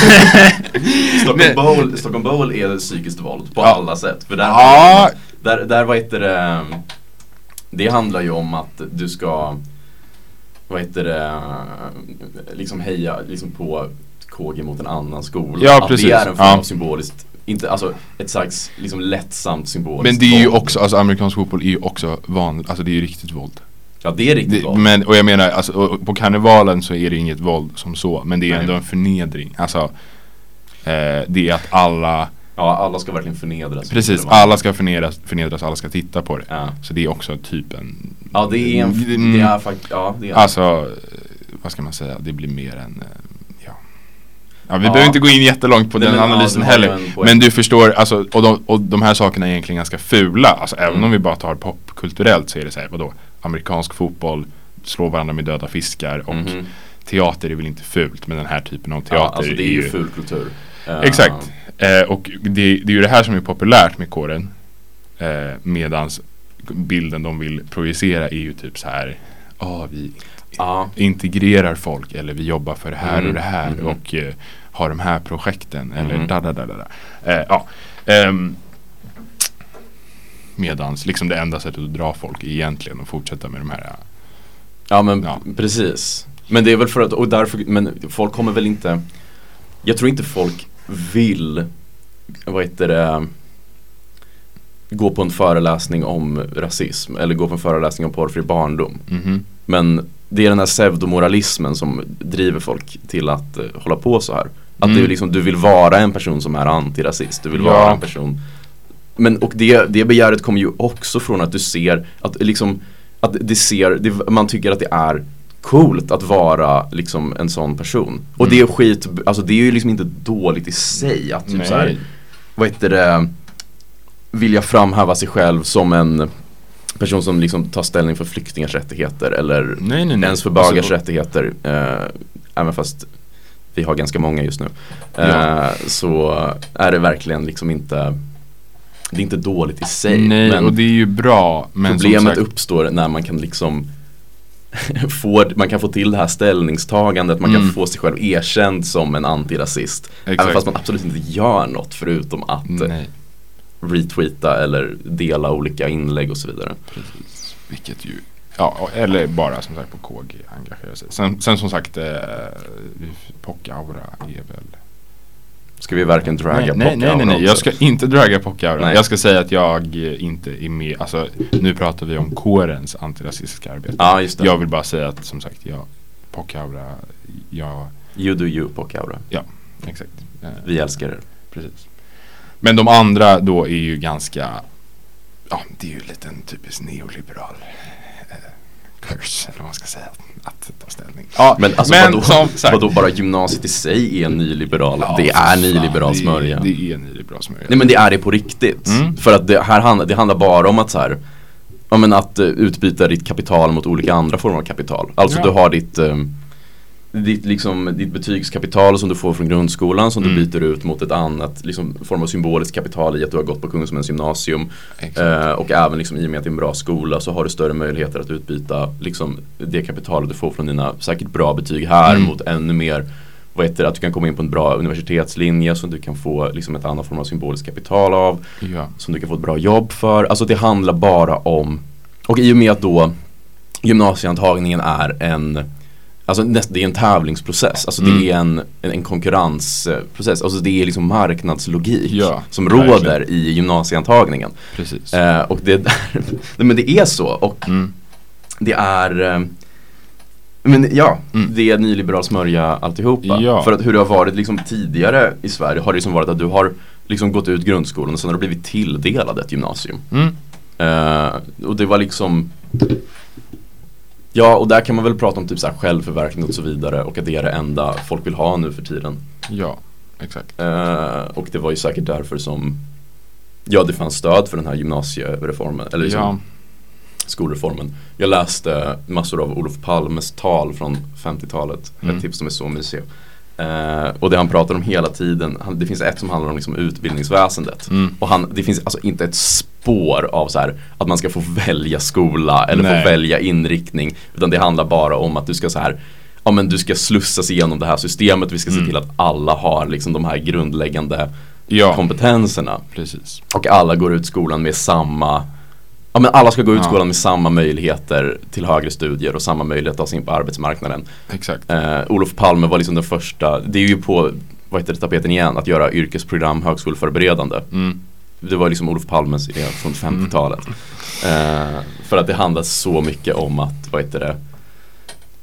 Stockholm Bowl är psykiskt våld på alla sätt. För där vad heter det, det handlar ju om att du ska, vad heter det, liksom heja liksom på KG mot en annan skola. Ja, att precis. Det är en form av symboliskt, inte, alltså ett slags liksom lättsamt symboliskt. Men det är ju också, alltså amerikansk fotboll är ju också vanligt, alltså det är ju riktigt våld. Ja, det är riktigt våld. Men, och jag menar, alltså, på karnevalen så är det inget våld som så, men det är ändå en förnedring. Alltså, det är att alla Ja, alla ska verkligen förnedras. Precis, alla ska förnedras, alla ska titta på det. Ja. Så det är också typ en... Ja, det är faktiskt... Ja, det är. Alltså, vad ska man säga? Det blir mer en... Ja, vi behöver inte gå in jättelångt på den analysen heller. Men du förstår, alltså, och de här sakerna är egentligen ganska fula. Alltså, även om vi bara tar popkulturellt så är det så här, vadå? Amerikansk fotboll, slå varandra med döda fiskar och teater är väl inte fult, men den här typen av teater alltså det är ju ful kultur. Exakt. Och det är ju det här som är populärt med kåren. Medans bilden de vill projicera är ju typ så här, vi integrerar folk, eller vi jobbar för det här och det här och har de här projekten eller medans liksom det enda sättet att dra folk är egentligen att fortsätta med de här. Ja, men precis. Men det är väl för att, och därför, men folk kommer väl inte, jag tror inte folk vill, gå på en föreläsning om rasism eller gå på en föreläsning om porrfri barndom. Men det är den här pseudomoralismen som driver folk till att hålla på så här. Att det är liksom, du vill vara en person som är antirasist, du vill vara en person. Men och det begäret kommer ju också från att du ser att liksom att man tycker att det är coolt att vara liksom en sån person. Och det är skit, alltså det är ju liksom inte dåligt i sig att typ så här, vilja framhäva sig själv som en person som liksom tar ställning för flyktingars rättigheter eller ens för bögars rättigheter, även fast vi har ganska många just nu, så är det verkligen liksom inte, det är inte dåligt i sig. Nej, men och det är ju bra, men problemet uppstår när man kan liksom man kan få till det här ställningstagandet, man kan få sig själv erkänd som en antirasist. Även fast man absolut inte gör något förutom att retweeta eller dela olika inlägg och så vidare. Precis. Vilket ju eller bara som sagt på KG engagera sig. Sen som sagt Pocaura är väl... Ska vi verkligen draga Pocaura? Nej, jag ska inte draga Pocaura. Jag ska säga att jag inte är med. Alltså, nu pratar vi om kårens antirasistiska arbete. Ja, just det. Jag vill bara säga att som sagt, Pocaura, You do you, Pocaura. Ja, exakt. Vi älskar er. Precis. Men de andra då är ju ganska, det är ju lite en typisk neoliberal kurs, eller vad man ska säga, att ta ställning. Men alltså vadå bara gymnasiet i sig är en nyliberal? Det är nyliberal smörja. Det är nyliberal smörja. Nej, men det är det på riktigt. För att det handlar bara om att så här, att utbyta ditt kapital mot olika andra former av kapital. Alltså du har ditt betygskapital som du får från grundskolan som du byter ut mot ett annat liksom, form av symboliskt kapital i att du har gått på Kungsmäns gymnasium, och även liksom, i och med att det är en bra skola så har du större möjligheter att utbyta liksom, det kapital du får från dina säkert bra betyg här mot ännu mer att du kan komma in på en bra universitetslinje som du kan få liksom, ett annat form av symboliskt kapital av, som du kan få ett bra jobb för. Alltså det handlar bara om, och i och med att då gymnasieantagningen är det är en tävlingsprocess. Alltså det är en konkurrensprocess. Alltså det är liksom marknadslogik som råder i gymnasieantagningen. Precis. Och men det är så. Och det är det är nyliberal smörja alltihopa. För att hur det har varit liksom tidigare i Sverige har det liksom varit att du har liksom gått ut grundskolan och sen har du blivit tilldelad ett gymnasium. Och det var liksom... Ja, och där kan man väl prata om typ så här självförverkligande och så vidare, och att det är det enda folk vill ha nu för tiden. Ja, exakt. Och det var ju säkert därför som det fanns stöd för den här gymnasiereformen, eller liksom skolreformen. Jag läste massor av Olof Palmes tal från 50-talet. Ett tips som är så mysiga. Och det han pratar om hela tiden, det finns ett som handlar om liksom utbildningsväsendet. Och det finns alltså inte ett spår av så här, att man ska få välja skola eller få välja inriktning, utan det handlar bara om att du ska så här, du ska slussas igenom det här systemet. Vi ska se till att alla har liksom de här grundläggande kompetenserna. Precis. Och alla går ut skolan med samma alla ska gå ut skolan med samma möjligheter till högre studier och samma möjlighet att ta sig in på arbetsmarknaden. Exakt. Olof Palme var liksom den första, det är ju på tapeten igen, att göra yrkesprogram högskoleförberedande. Det var liksom Olof Palmes idé från 50-talet. För att det handlar så mycket om att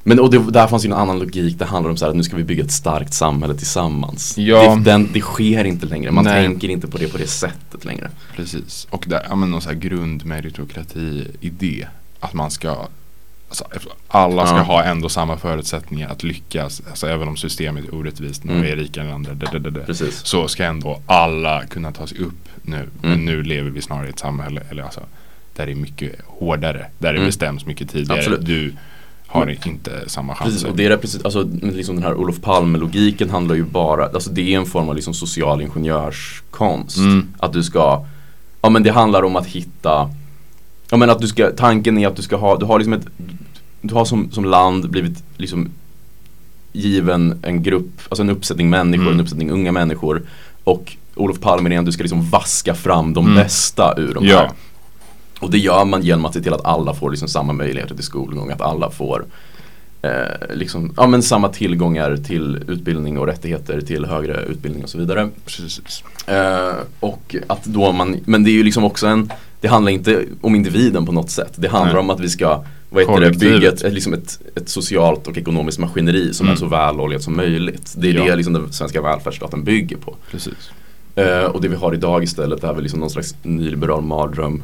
Men och där fanns ju en annan logik. Det handlar om så här att nu ska vi bygga ett starkt samhälle tillsammans. Ja. Det sker inte längre. Man tänker inte på det sättet längre. Precis. Och där, ja, men någon så här grundmeritokrati-idé. Att man ska, alltså, alla ska ha ändå samma förutsättningar att lyckas. Alltså även om systemet är orättvist, några är rikare än andra. Så ska ändå alla kunna ta sig upp nu. Men nu lever vi snarare i ett samhälle, eller alltså, där det är mycket hårdare. Där det bestäms mycket tidigare. Absolut. Du har inte samma chanser. Precis, och det är precis, alltså liksom den här Olof Palme-logiken handlar ju bara, alltså det är en form av liksom social ingenjörskonst. Att du ska, ja men det handlar om att hitta, ja men att du ska, tanken är att du har liksom du har som land blivit liksom given en grupp, alltså en uppsättning människor, en uppsättning unga människor, och Olof Palme är att du ska liksom vaska fram de bästa ur de här. Och det gör man genom att se till att alla får liksom samma möjligheter till skolgång, att alla får liksom, ja, men samma tillgångar till utbildning och rättigheter till högre utbildning och så vidare. Precis. Och att då men det är ju liksom också det handlar inte om individen på något sätt. Det handlar om att vi ska bygga ett socialt och ekonomiskt maskineri som är så väloljat som möjligt. Det är det liksom den svenska välfärdsstaten bygger på. Precis. Och det vi har idag istället är väl liksom någon slags nyliberal mardröm.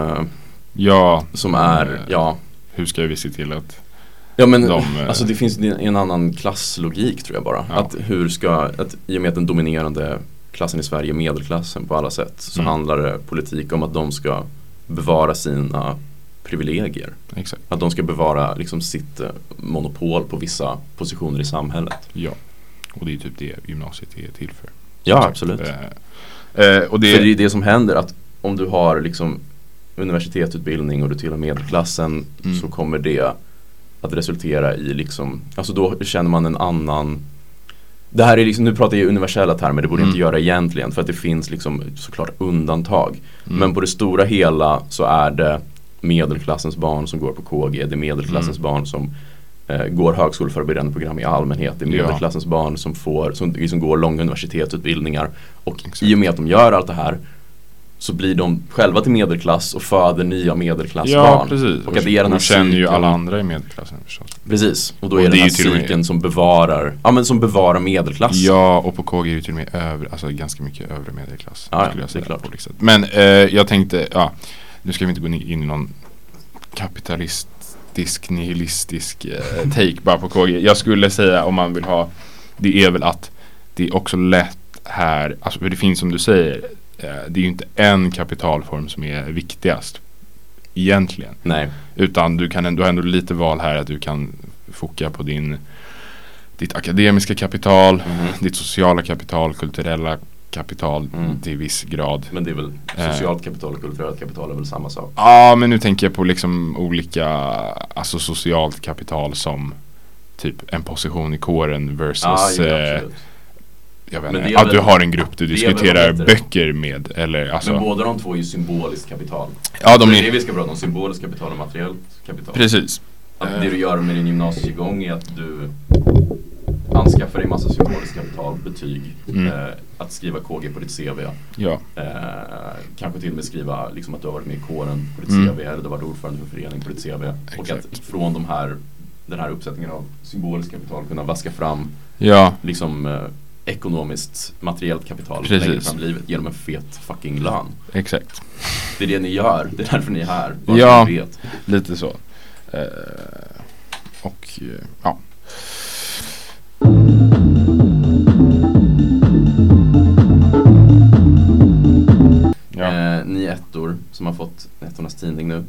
Som är, hur ska vi se till att alltså det finns en annan klasslogik tror jag bara. Att i och med att den dominerande klassen i Sverige, medelklassen på alla sätt, så handlar det politik om att de ska bevara sina privilegier. Exakt. Att de ska bevara liksom sitt monopol på vissa positioner i samhället. Ja, och det är typ det gymnasiet är till för. Ja, absolut. Och det är det som händer, att om du har liksom universitetsutbildning och du tillhör medelklassen, så kommer det att resultera i liksom, alltså då känner man en annan, det här är liksom, nu pratar jag i universella termer, det borde inte göra egentligen, för att det finns liksom såklart undantag. Men på det stora hela så är det medelklassens barn som går på KG, det är medelklassens barn som går högskoleförberedande program i allmänhet, det är medelklassens barn som går långa universitetsutbildningar, och i och med att de gör allt det här så blir de själva till medelklass och föder nya medelklassbarn. Precis. Och att det är den här känner ju alla andra i medelklassen förstås. Precis. Och då är det den här cykeln som bevarar medelklass. Ja, och på KG är det till och med ganska mycket övre medelklass. Skulle jag säga, det är klart. Men jag tänkte, nu ska vi inte gå in i någon kapitalistisk, nihilistisk take bara på KG. Jag skulle säga, om man vill ha, det är väl att det är också lätt här, alltså för det finns, som du säger, det är ju inte en kapitalform som är viktigast egentligen. Nej. Utan du har ändå lite val här, att du kan foka på ditt akademiska kapital, ditt sociala kapital, kulturella kapital till viss grad. Men det är väl socialt kapital och kulturellt kapital är väl samma sak? Ja, men nu tänker jag på liksom olika, alltså socialt kapital som typ en position i kåren versus jag vet inte, att du har en grupp du diskuterar böcker med, eller alltså. Men båda de två är ju symboliskt kapital. Ja, det är det vi ska prata om, symboliskt kapital och materiellt kapital. Precis. Att det du gör med din gymnasiegång är att du anskaffar dig massa symboliskt kapital, betyg, att skriva KG på ditt CV. Ja. Kanske till och med skriva liksom att du har varit med i kåren på ditt CV, eller du har varit ordförande för förening på ditt CV. Exakt. Och att från den här uppsättningen av symboliskt kapital kunna vaska fram liksom ekonomiskt, materiellt kapital längre fram i livet genom en fet fucking lön. Exakt. Det är det ni gör, det är därför ni är här. Ja, lite så. Ni ettor som har fått ettornas tidning nu,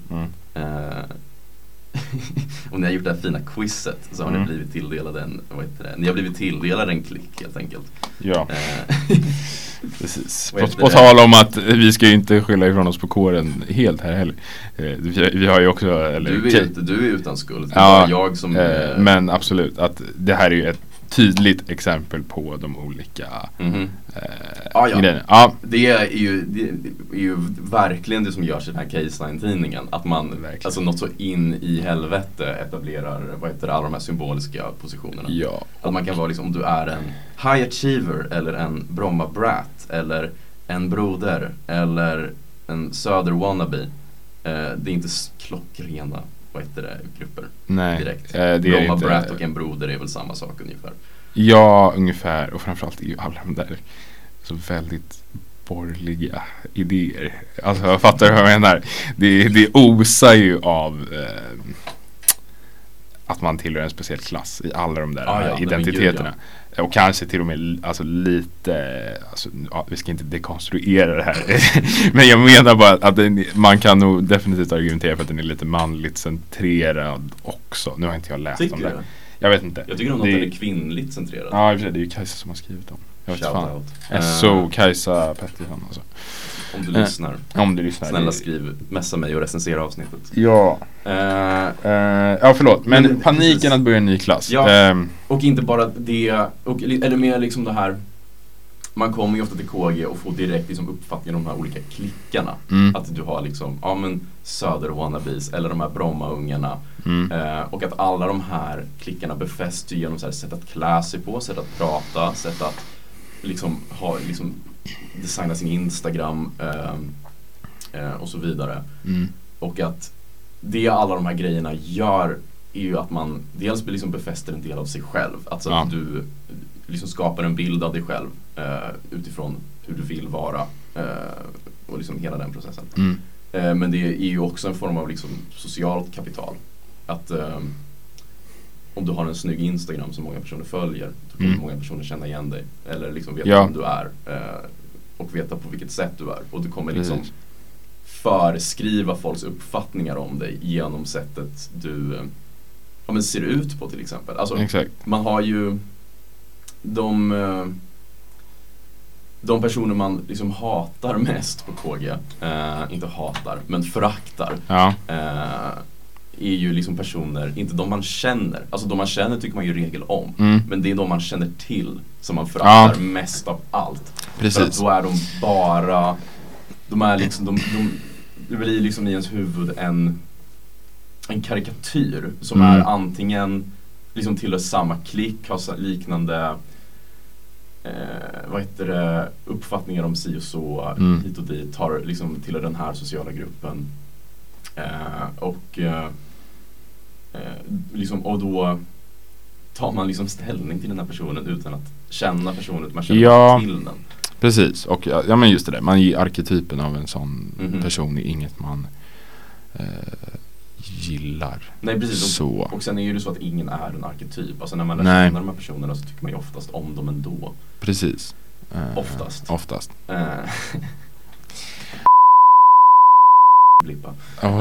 och ni har gjort det här fina quizet, så har ni blivit tilldelade ni har blivit tilldelade en klick helt enkelt. Ja. Precis. På tal om att vi ska ju inte skylla ifrån oss på kåren helt här heller. Vi har ju också, du är utan skuld. Ja, jag som men absolut, att det här är ju ett tydligt exempel på de olika grejerna. Ja. Det är ju verkligen det som görs i den här Case-Line-tidningen, att man alltså något så in i helvete etablerar alla de här symboliska positionerna. Ja. Att man kan vara liksom, om du är en high achiever eller en Bromma brat eller en broder eller en söder wannabe, det är inte klockrena grupper. Nej, direkt. Det är Bromma inte... Brat och en broder är väl samma sak ungefär. Ja, ungefär. Och framförallt är ju alla de där så väldigt borgerliga idéer. Alltså jag fattar vad jag menar. Det osar ju av att man tillhör en speciell klass i alla de där identiteterna. Och kanske till och med alltså, lite vi ska inte dekonstruera det här. Men jag menar bara att man kan nog definitivt argumentera för att den är lite manligt centrerad också. Nu har inte jag läst om det. Jag vet inte. Jag tycker nog att den är kvinnligt centrerad. Ja, det är ju Kajsa som har skrivit dem. Jag vet fan. Så Kajsa Pettersson alltså. Om du lyssnar. Om du lyssnar. Snälla messa mig och recensera avsnittet. Ja. Ja, förlåt. Men paniken precis. Att börja en ny klass. Ja, och inte bara det. Eller mer liksom det här. Man kommer ju ofta till KG och får direkt liksom uppfattningen om de här olika klickarna. Att du har liksom, Söder-wannabes eller de här Bromma-ungarna. Och att alla de här klickarna befäster genom så här sätt att klä sig på, sätt att prata, sätt att liksom ha liksom designa sin Instagram och så vidare. Och att det alla de här grejerna gör är ju att man dels liksom befäster en del av sig själv. Alltså att du liksom skapar en bild av dig själv utifrån hur du vill vara och liksom hela den processen. Men det är ju också en form av liksom socialt kapital. Att om du har en snygg Instagram som många personer följer, då kommer många personer känna igen dig. Eller liksom veta vem du är och veta på vilket sätt du är. Och du kommer liksom föreskriva folks uppfattningar om dig genom sättet du ser ut på till exempel. Alltså, man har ju de personer man liksom hatar mest på KG, inte hatar, men föraktar, är ju liksom personer, inte de man känner. Alltså de man känner tycker man ju regel om. Men det är de man känner till som man föraktar mest av allt. Precis. För att då är de bara, de är liksom, det blir liksom i ens huvud en karikatyr som är antingen liksom tillhör samma klick, har liknande uppfattningar om si och så, hit och dit, har liksom tillhör den här sociala gruppen liksom, och då tar man liksom ställning till den här personen utan att känna personen, man känner till den. Precis, och men just det där, man ger arketypen av en sån person är inget man gillar. Nej, precis. Så. Och sen är ju det så att ingen är en arketyp. Alltså när man lär känna de här personerna så tycker man ju oftast om dem ändå. Precis. Oftast. Blippa.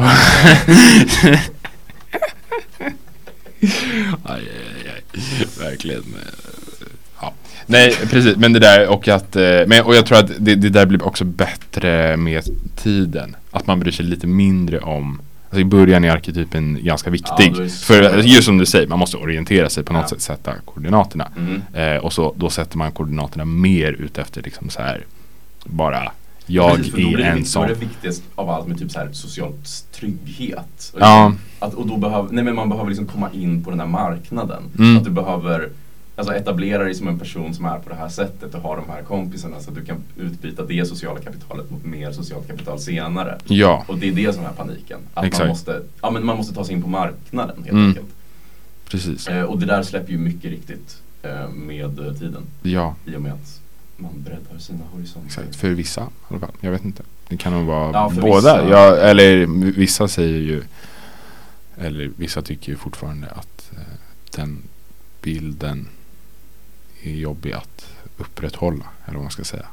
Aj. Verkligen. Ja. Nej, precis. Men det där och att och jag tror att det där blir också bättre med tiden. Att man bryr sig lite mindre om. Alltså i början är arketypen ganska viktig. För just som du säger, man måste orientera sig på något sätt, sätta koordinaterna. Och så då sätter man koordinaterna mer ut efter liksom så här bara jag är en sån. Då är det viktigast av allt med typ så här social trygghet. Och då man behöver liksom komma in på den här marknaden. Att du behöver etablera dig som en person som är på det här sättet och har de här kompisarna så att du kan utbyta det sociala kapitalet mot mer socialt kapital senare. Ja. Och det är det som är paniken. Att man måste ta sig in på marknaden helt enkelt. Precis. Och det där släpper ju mycket riktigt med tiden. Ja. I och med att man breddar sina horisonter. Exakt, för vissa i alla fall. Jag vet inte. Det kan nog vara båda. Eller vissa säger ju, eller vissa tycker ju fortfarande att den bilden är jobbig att upprätthålla, eller vad man ska säga.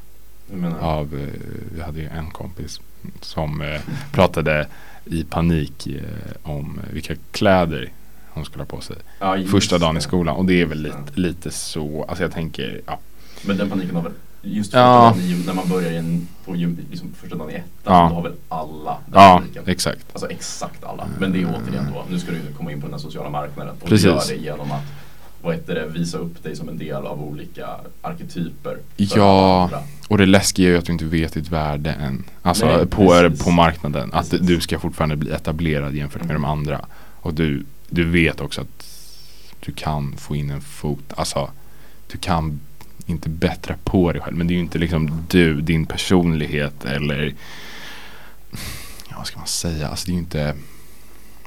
Vi hade ju en kompis som pratade i panik om vilka kläder hon skulle ha på sig första dagen i skolan, och det är väl lite så, alltså jag tänker men den paniken har väl just första dagen när man börjar liksom första dagen i ettan, då har väl alla den paniken. Exakt. Alltså exakt alla, men det är återigen då, nu ska du komma in på den här sociala marknaden och precis. Du gör det genom att visa upp dig som en del av olika arketyper. Ja, och det läskiga är ju att du inte vet ditt värde än. Alltså på marknaden. Precis. Att du ska fortfarande bli etablerad jämfört med de andra. Och du vet också att du kan få in en fot. Alltså, du kan inte bättra på dig själv. Men det är ju inte liksom din personlighet eller vad ska man säga? Alltså det är ju inte...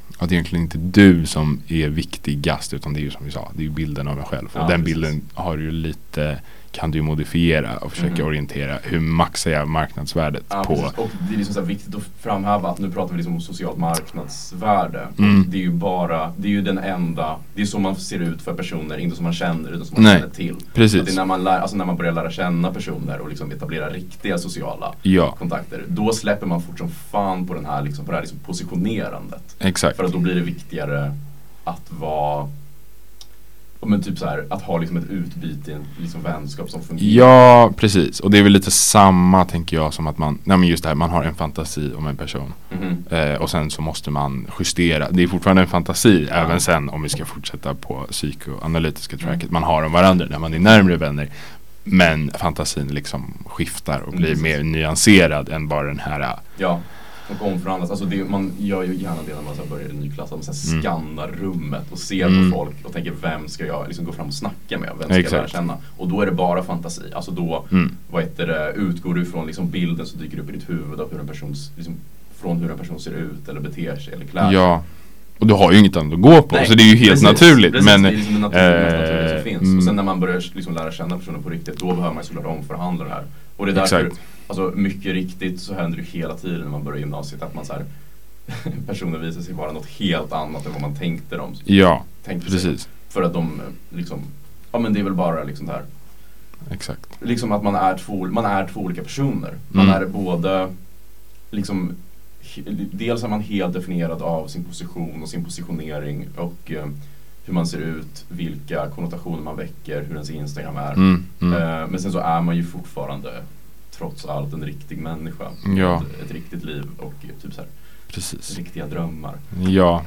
att det egentligen inte du som är viktigast, utan det är ju som vi sa, det är ju bilden av en själv. Och den bilden har du lite, kan du modifiera och försöka orientera hur maxar jag marknadsvärdet på. Precis. Och det är liksom så här viktigt att framhäva att nu pratar vi liksom om socialt marknadsvärde. Och det är ju bara, det är ju den enda, det är så man ser ut för personer, inte som man känner utan som man känner till. Precis. Att det är när man börjar lära känna personer och liksom etablera riktiga sociala kontakter, då släpper man fort som fan på den här liksom, på det här liksom positionerandet. Exakt. För att då blir det viktigare att vara, men typ så här, att ha liksom ett utbyte i en liksom vänskap som fungerar. Ja, precis. Och det är väl lite samma, tänker jag, som att men just det här, man har en fantasi om en person. Och sen så måste man justera. Det är fortfarande en fantasi, även sen om vi ska fortsätta på psykoanalytiska tracket. Man har om varandra när man är närmare vänner. Men fantasin liksom skiftar och blir mer nyanserad än bara den här... Ja. Och omförhandlas. Alltså man gör ju gärna det när man så börjar i en ny klass. Att man så skannar rummet och ser på folk och tänker, vem ska jag liksom gå fram och snacka med? Vem ska jag lära känna? Och då är det bara fantasi. Alltså då utgår du från liksom bilden som dyker upp i ditt huvud av hur en person, liksom, från hur en person ser ut eller beter sig eller klär sig. Ja. Och du har ju inget annat att gå på. Så det är ju helt naturligt. Precis, men det är liksom det naturliga som finns. Och sen när man börjar liksom lära känna personen på riktigt, då behöver man såklart omförhandla det här. Och det är därför, alltså mycket riktigt så händer det hela tiden när man börjar gymnasiet att man så här, personer visar sig vara något helt annat än vad man tänkte dem. Ja, precis. För att de liksom, men det är väl bara liksom där. Exakt. Liksom att man är två olika personer. Man är både liksom, dels är man helt definierad av sin position och sin positionering och hur man ser ut, vilka konnotationer man väcker, hur ens Instagram är. Men sen så är man ju fortfarande trots allt en riktig människa. Ett riktigt liv och typ så här, riktiga drömmar. Ja.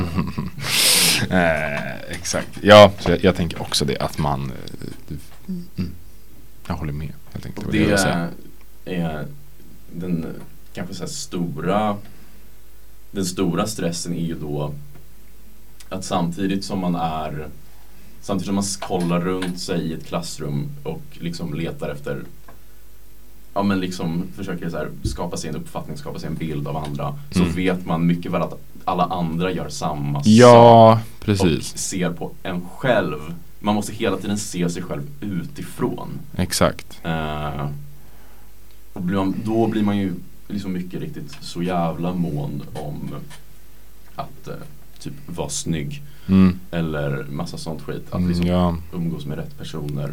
Exakt. Ja, så jag tänker också det att man jag håller med. Jag tänkte det är den kanske så här den stora stressen är ju då att samtidigt som man kollar runt sig i ett klassrum och liksom letar efter, men liksom försöker så här skapa sig en uppfattning, skapa sig en bild av andra, så vet man mycket väl att alla andra gör samma sak. Ja, precis. Och ser på en själv. Man måste hela tiden se sig själv utifrån. Exakt. Och då blir man ju liksom mycket riktigt så jävla mån om att typ vara snygg eller massa sånt skit, att liksom umgås med rätt personer,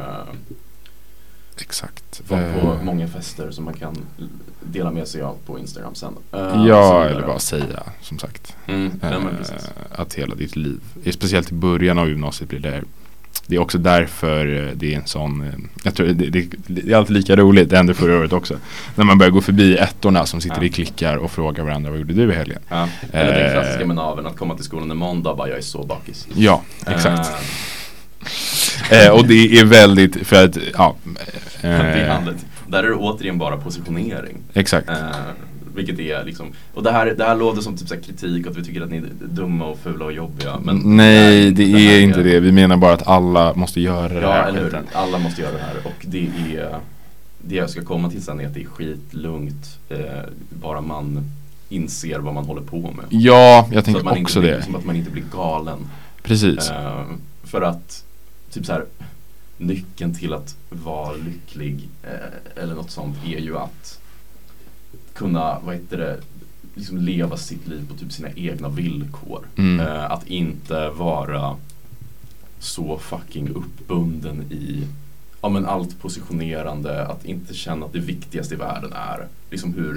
exakt, vara på många fester som man kan dela med sig av på Instagram sen, eller bara säga, som sagt, att hela ditt liv, speciellt i början av gymnasiet, blir det är också därför det är en sån, jag tror det är alltid lika roligt, det hände förra året också, när man börjar gå förbi ettorna som sitter i klickar och frågar varandra, vad gjorde du i helgen? Eller den klassiska menaven att komma till skolan en måndag, bara jag är så bakis. Ja, exakt. Och det är väldigt, för att där är det återigen bara positionering. Exakt. Vilket är liksom, och det här låter som typ så här kritik, att vi tycker att ni är dumma och fula och jobbiga, men nej, det är inte det. Vi menar bara att alla måste göra det här. Eller hur? Alla måste göra det här, och det jag ska komma till sen är att det är skitlugnt, bara man inser vad man håller på med. Ja, jag tänker också det. Som att man inte blir galen. Precis. För att typ så här, nyckeln till att vara lycklig eller något sånt är ju att kunna, liksom leva sitt liv på typ sina egna villkor. Att inte vara så fucking uppbunden i allt positionerande, att inte känna att det viktigaste i världen är liksom hur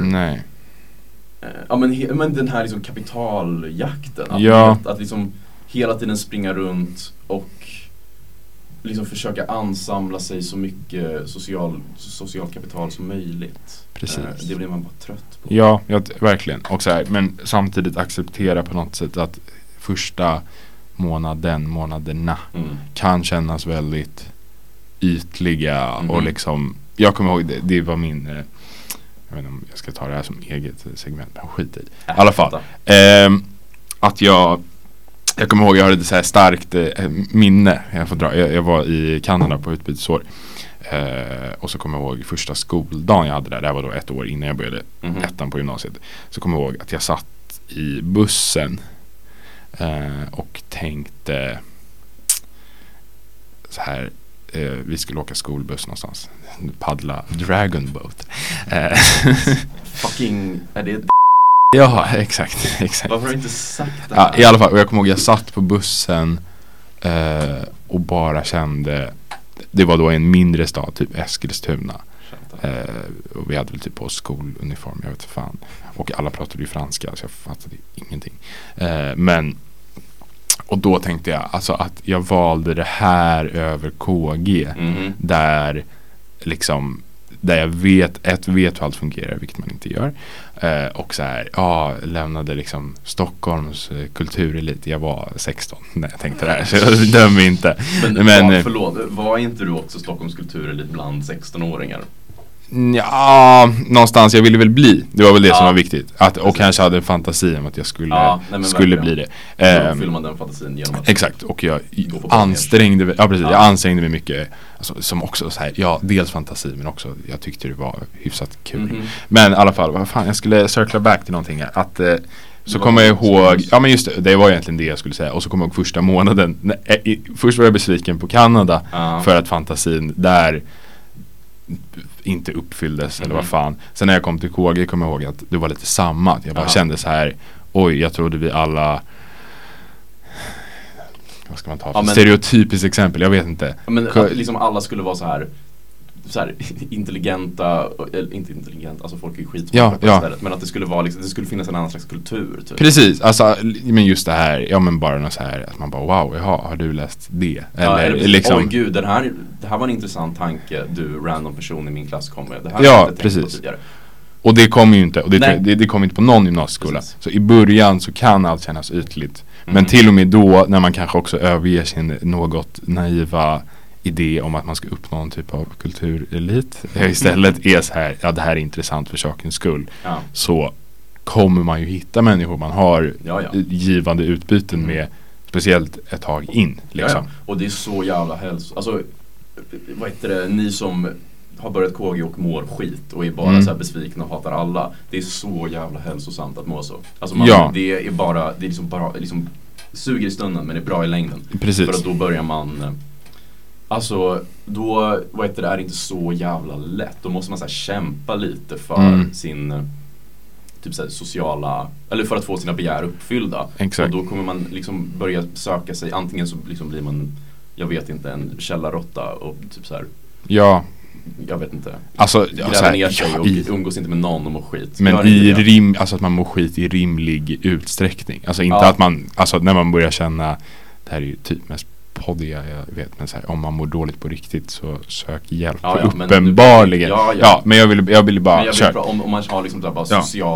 men den här liksom kapitaljakten, att liksom hela tiden springa runt och liksom försöka ansamla sig så mycket social kapital som möjligt. Precis. Det blir man bara trött på. Ja, verkligen. Och så här, men samtidigt acceptera på något sätt att första månaderna kan kännas väldigt ytliga och liksom, jag kommer ihåg det var min, jag vet inte om jag ska ta det här som eget segment, men skit i alla fall. Att jag kommer ihåg, jag hade ett så här starkt minne. Jag var i Kanada på utbytesår. Och så kommer jag ihåg första skoldagen jag hade där. Det här var då 1 år innan jag började ettan på gymnasiet. Så kommer jag ihåg att jag satt i bussen och tänkte så här, vi skulle åka skolbuss någonstans, paddla Dragon Boat. Fucking, är det... Ja, exakt. Varför har du inte sagt det? Ja, i alla fall, och jag kommer ihåg jag satt på bussen och bara kände, det var då en mindre stad, typ Eskilstuna. Och vi hade väl typ på skoluniform, jag vet inte fan. Och alla pratade ju franska, så jag fattade ingenting. Men, och då tänkte jag alltså att jag valde det här över KG. Där liksom, där jag vet hur allt fungerar, vilket man inte gör. Och så här, lämnade liksom Stockholms kulturelit. Jag var 16 när jag tänkte det här, så jag dömer inte. Men förlåt, var inte du också Stockholms kulturelit bland 16-åringar? Ja, någonstans jag ville väl bli. Det var väl det som var viktigt. Och kanske hade en fantasi om att jag skulle bli det. Då fyller man den fantasin genom att... Exakt, och jag ansträngde mig. Ja, precis. Jag ansträngde mig mycket. Alltså, som också så här, dels fantasi, men också jag tyckte det var hyfsat kul. Men i alla fall, vad fan, jag skulle circla back till någonting här. Att så kommer jag ihåg, ja men just det var egentligen det jag skulle säga. Och så kommer jag ihåg första månaden. Först var jag besviken på Kanada för att fantasin där inte uppfylldes eller vad fan. Sen när jag kom till KG kom jag ihåg att det var lite samma. Jag bara kände så här, oj, jag trodde vi alla, vad ska man ta för stereotypiskt exempel, jag vet inte. Men att liksom alla skulle vara så här intelligenta, inte intelligent, alltså folk är ju skitsmarta istället, men att det skulle vara liksom, det skulle finnas en annan slags kultur typ. Precis, alltså, men just det här, men bara något så här att man bara, wow, har du läst det? Eller liksom, oj gud, det här var en intressant tanke, du random person i min klass kom med. Det här har jag inte tänkt på tidigare. Och det kommer ju inte, och det kommer inte på någon gymnasieskola. Precis. Så i början så kan allt kännas ytligt. Men till och med då, när man kanske också överger sin något naiva idé om att man ska uppnå någon typ av kulturelit istället är så här, det här är intressant för sakens skull, så kommer man ju hitta människor man har givande utbyten med, speciellt ett tag in liksom. Och det är så jävla alltså, vad heter det, ni som har börjat KG och mår skit och är bara så här besvikna och hatar alla, det är så jävla hälsosamt att må så. Alltså det är bara, det är liksom suger i stunden, men det är bra i längden. Precis. För att då börjar man, alltså då, vad heter det, är inte så jävla lätt. Då måste man så här kämpa lite för sin typ så här sociala, eller för att få sina begär uppfyllda. Exakt. Och då kommer man liksom börja söka sig, antingen så liksom blir man, jag vet inte, en källarrotta och typ så här. Ja. Jag vet inte. Alltså gräva ner sig och umgås inte med någon och må skit. Men alltså att man mår skit i rimlig utsträckning. Alltså inte att man, alltså när man börjar känna, det här är ju typ mest poddiga jag vet, men så här, om man mår dåligt på riktigt så sök hjälp. Uppenbarligen. Men jag ville bara köra. Om man har liksom bara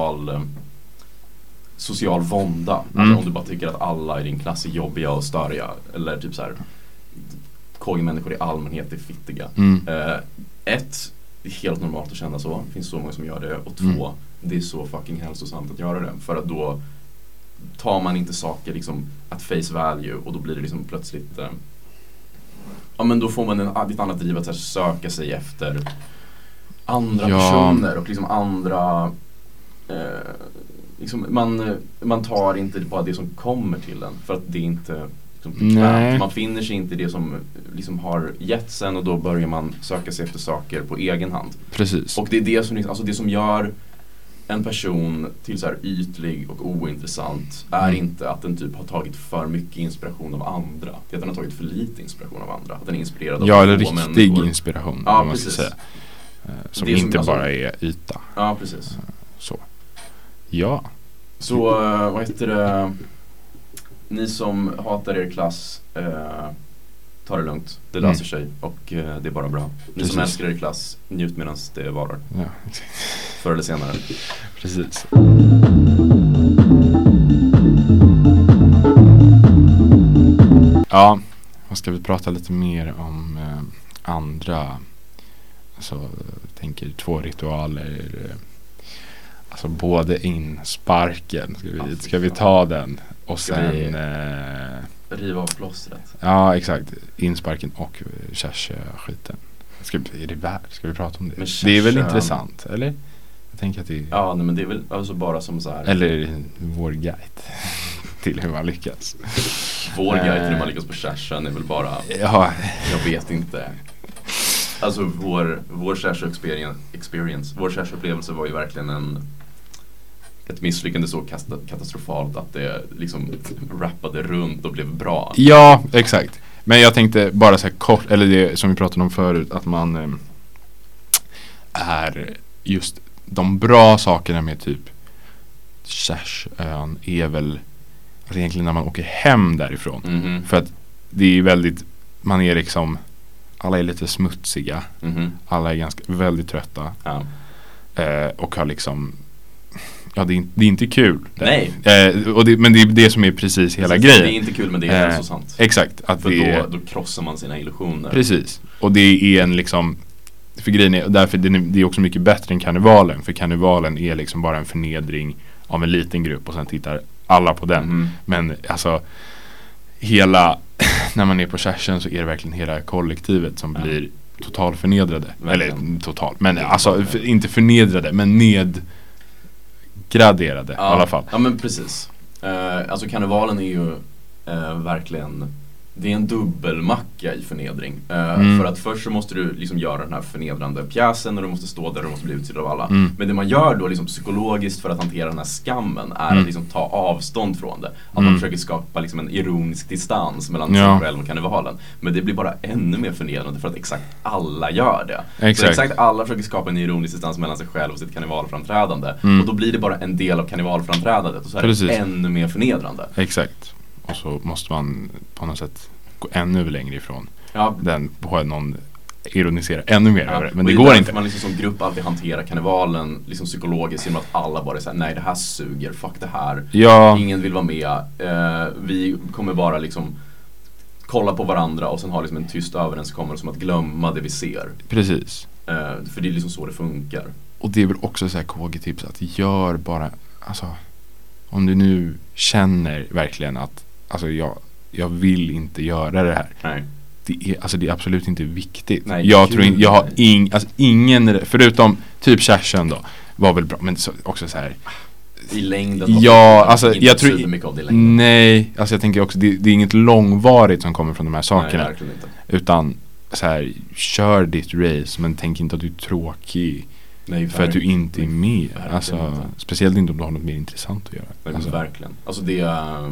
social vånda. Alltså om du bara tycker att alla i din klass är jobbiga och störiga, eller typ så här, KG-människor i allmänhet är fittiga. Ett, det är helt normalt att känna så. Det finns så många som gör det. Och två, det är så fucking hälsosamt att göra det. För att då tar man inte saker liksom at face value, och då blir det liksom plötsligt men då får man ett annat driv att söka sig efter andra personer och liksom andra liksom man tar inte bara det som kommer till en, för att det är inte liksom, man finner sig inte i det som liksom har gett sen, och då börjar man söka sig efter saker på egen hand. Precis. Och det är det som, alltså det som gör en person till så här ytlig och ointressant är inte att den typ har tagit för mycket inspiration av andra. Det är att den har tagit för lite inspiration av andra. Att den är inspirerad av eller riktig människor. Inspiration. Ja, man precis. Ska säga. Som inte bara är yta. Ja, precis. Så. Ja. Så, vad heter det? Ni som hatar er klass, ta det lugnt. Det löser sig och det är bara bra. Ni som älskar er klass, njut medan det varar. Ja. Förr eller senare. Precis. Ja, vad ska vi prata lite mer om andra, alltså jag tänker 2 ritualer, alltså både insparken, ska vi ta den och sen riva av plåstret. Ja, exakt, insparken och skiten. Ska vi prata om det? Det är väl intressant, eller? Jag tänker att det ja, nej, men det är väl alltså bara som så här. Eller vår guide. till hur man lyckas. Vår guide till hur man lyckas på Shashan är väl bara, ja. Jag vet inte. Alltså vår Shasha-experience, vår Shasha-upplevelse var ju verkligen ett misslyckande så katastrofalt att det liksom rappade runt och blev bra. Ja, exakt. Men jag tänkte bara så här kort, eller det som vi pratade om förut, att man är just de bra sakerna med typ Shashön är väl alltså egentligen när man åker hem därifrån. Mm-hmm. För att det är väldigt, man är liksom, alla är lite smutsiga. Mm-hmm. Alla är ganska väldigt trötta. Ja. Och har liksom, ja det är inte kul. Nej. Men det är det som är precis hela grejen. Det är inte kul men det är hälsosamt. Exakt. Att för då krossar man sina illusioner. Precis. Och det är en liksom, för grejen är, därför det är också mycket bättre än karnevalen. För karnevalen är liksom bara en förnedring av en liten grupp och sen tittar alla på den. Mm. Men alltså hela, när man är på Shashan så är det verkligen hela kollektivet som blir totalförnedrade. Verkligen. Eller totalt, men alltså inte förnedrade, men nedgraderade i alla fall. Ja men precis. Alltså karnevalen är ju verkligen, det är en dubbelmacka i förnedring. För att först så måste du liksom göra den här förnedrande pjäsen och du måste stå där och du måste bli utsedd av alla. Men det man gör då liksom psykologiskt för att hantera den här skammen är att liksom ta avstånd från det. Att man försöker skapa liksom en ironisk distans mellan sig själv och karnevalen. Men det blir bara ännu mer förnedrande för att exakt alla gör det. Så exakt alla försöker skapa en ironisk distans mellan sig själv och sitt karnevalframträdande. Och då blir det bara en del av karnevalframträdandet och så är det ännu mer förnedrande. Exakt. Och så måste man på något sätt gå ännu längre ifrån den på någon ironisera ännu mer över det. Men det går inte. Man liksom som grupp alltid hanterar karnevalen liksom psykologiskt genom att alla bara är såhär, nej det här suger, fuck det här. Ingen vill vara med. Vi kommer bara liksom kolla på varandra och sen ha liksom en tyst överenskommelse om att glömma det vi ser. Precis. För det är liksom så det funkar. Och det är väl också så här KG-tips att gör bara, alltså om du nu känner verkligen att alltså jag vill inte göra det här. Nej. Det är absolut inte viktigt. Nej, jag tror inte, jag har ingen, förutom typ Shashan då, var väl bra, men också så här i längden. Ja, alltså inte jag tror mycket av det i längden. Nej, alltså jag tänker också det är inget långvarigt som kommer från de här sakerna. Nej, verkligen inte. Utan så här, kör ditt race men tänk inte att du är tråkig. Nej, för att du inte är med. Alltså, inte. Speciellt inte om du har något mer intressant att göra. Nej, alltså. Verkligen. Alltså det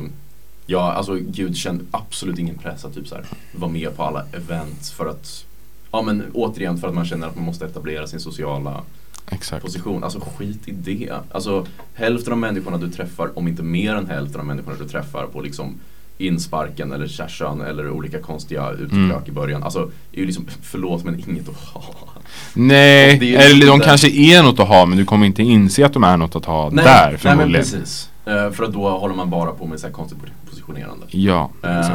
ja, alltså Gud känner absolut ingen press att typ så här vara med på alla events för att men återigen för att man känner att man måste etablera sin sociala position. Alltså skit i det. Alltså hälften av människorna du träffar, om inte mer än hälften av människorna du träffar på liksom insparken eller Shashan eller olika konstiga utkrök i början. Alltså är ju liksom, förlåt men inget att ha. Nej, eller de kanske är något att ha men du kommer inte inse att de är något att ha där förmodligen. Nej men precis. För att då håller man bara på med så här konstigt positionerande. Ja,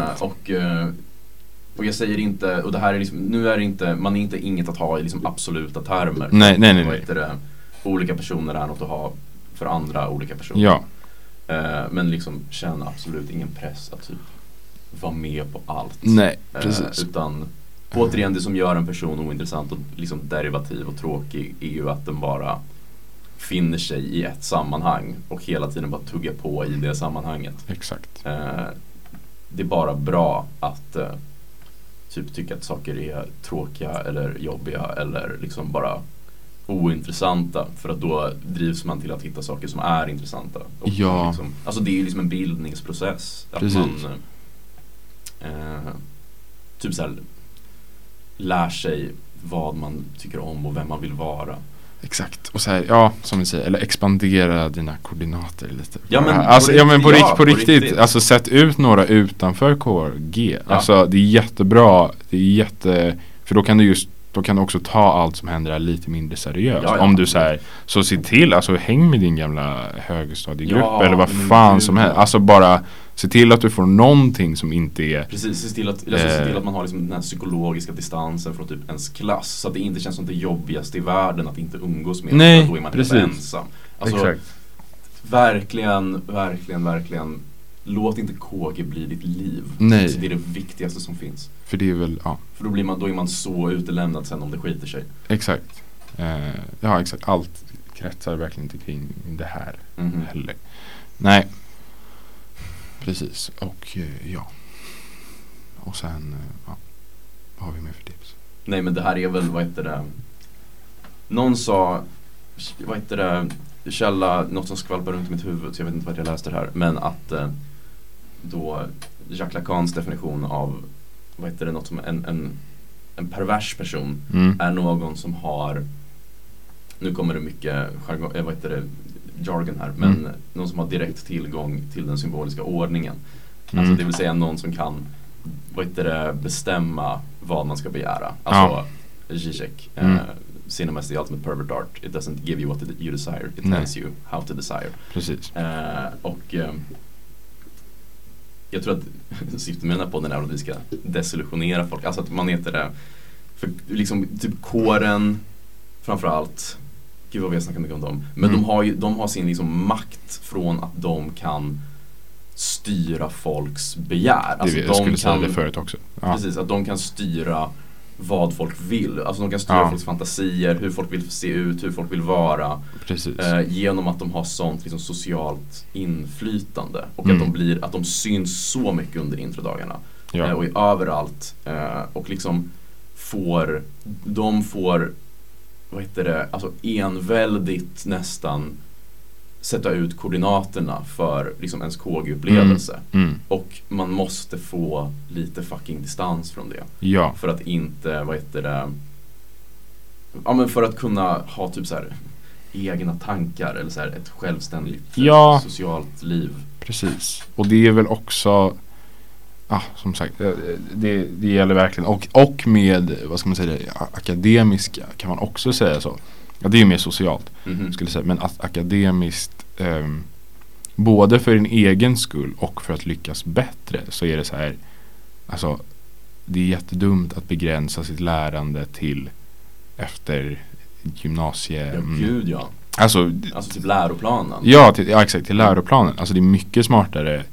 och jag säger inte, och det här är liksom, nu är det inte, man är inte inget att ha i liksom absoluta termer. Nej. Olika personer är något att ha för andra olika personer. Ja. Men liksom känna absolut ingen press att typ vara med på allt. Nej, precis. Utan återigen, det som gör en person ointressant och liksom derivativ och tråkig är ju att den bara finner sig i ett sammanhang och hela tiden bara tuggar på i det sammanhanget. Exakt. Det är bara bra att typ tycka att saker är tråkiga eller jobbiga eller liksom bara ointressanta, för att då drivs man till att hitta saker som är intressanta. Och liksom, alltså det är ju liksom en bildningsprocess. Att man typ så här lär sig vad man tycker om och vem man vill vara. Exakt. Och så här, som vi säger, eller expandera dina koordinater lite. På riktigt. Alltså sätt ut några utanför KG. Alltså det är jättebra. För då kan du också ta allt som händer lite mindre seriöst. Om du så se till, alltså häng med din gamla högstadiegrupp eller vad fan som helst. Alltså bara se till att du får någonting som inte är... Precis, se till att man har liksom den här psykologiska distansen från typ ens klass. Så att det inte känns som det jobbigaste i världen att inte umgås med. Nej, då är man inte ensam. Alltså, exakt. Verkligen låt inte KG bli ditt liv. Nej. Så det är det viktigaste som finns. För det är väl, För då är man så utelämnad sen om det skiter sig. Exakt. Exakt. Allt kretsar verkligen inte kring det här heller. Nej. Precis. Och ja. Och sen, ja. Vad har vi mer för tips? Nej, men det här är väl, vad heter det? Någon sa, vad heter det? Källa, något som skvalpar runt i mitt huvud, så jag vet inte vart jag läste det här. Men att då Jacques Lacans definition av, vad heter det, något som en pervers person är någon som har, nu kommer det mycket vad heter det, jargon här, men någon som har direkt tillgång till den symboliska ordningen. Alltså det vill säga någon som kan, vad heter det, bestämma vad man ska begära. Alltså Zizek, cinema is the ultimate pervert art. It doesn't give you what you desire, it tells you how to desire. Precis. Och jag tror att syftet med den här podden är att vi ska desillusionera folk. Alltså att man heter det, för liksom typ kåren framförallt, gud vad vi har snackat mycket om dem, men de har sin liksom makt från att de kan styra folks begär. Alltså jag skulle säga det förut också. Ja. Precis, att de kan styra vad folk vill. Alltså de kan styra folks fantasier, hur folk vill se ut, hur folk vill vara. Precis. Genom att de har sånt liksom socialt inflytande. Och att de syns så mycket under introdagarna. Ja. Och överallt. Och liksom får vad heter det, alltså enväldigt nästan sätta ut koordinaterna för liksom ens KG-upplevelse. Och man måste få lite fucking distans från det. Ja. För att inte, vad heter det, ja men för att kunna ha typ så här egna tankar eller så här ett självständigt socialt liv. Precis. Och det är väl också som sagt, det gäller verkligen. Och med, vad ska man säga, akademiska kan man också säga så. Ja, det är ju mer socialt, skulle jag säga. Men att akademiskt, både för din egen skull och för att lyckas bättre, så är det så här, alltså, det är jättedumt att begränsa sitt lärande till efter gymnasie. Ja, gud ja. Alltså typ läroplanen. Ja, exakt, till läroplanen. Alltså det är mycket smartare.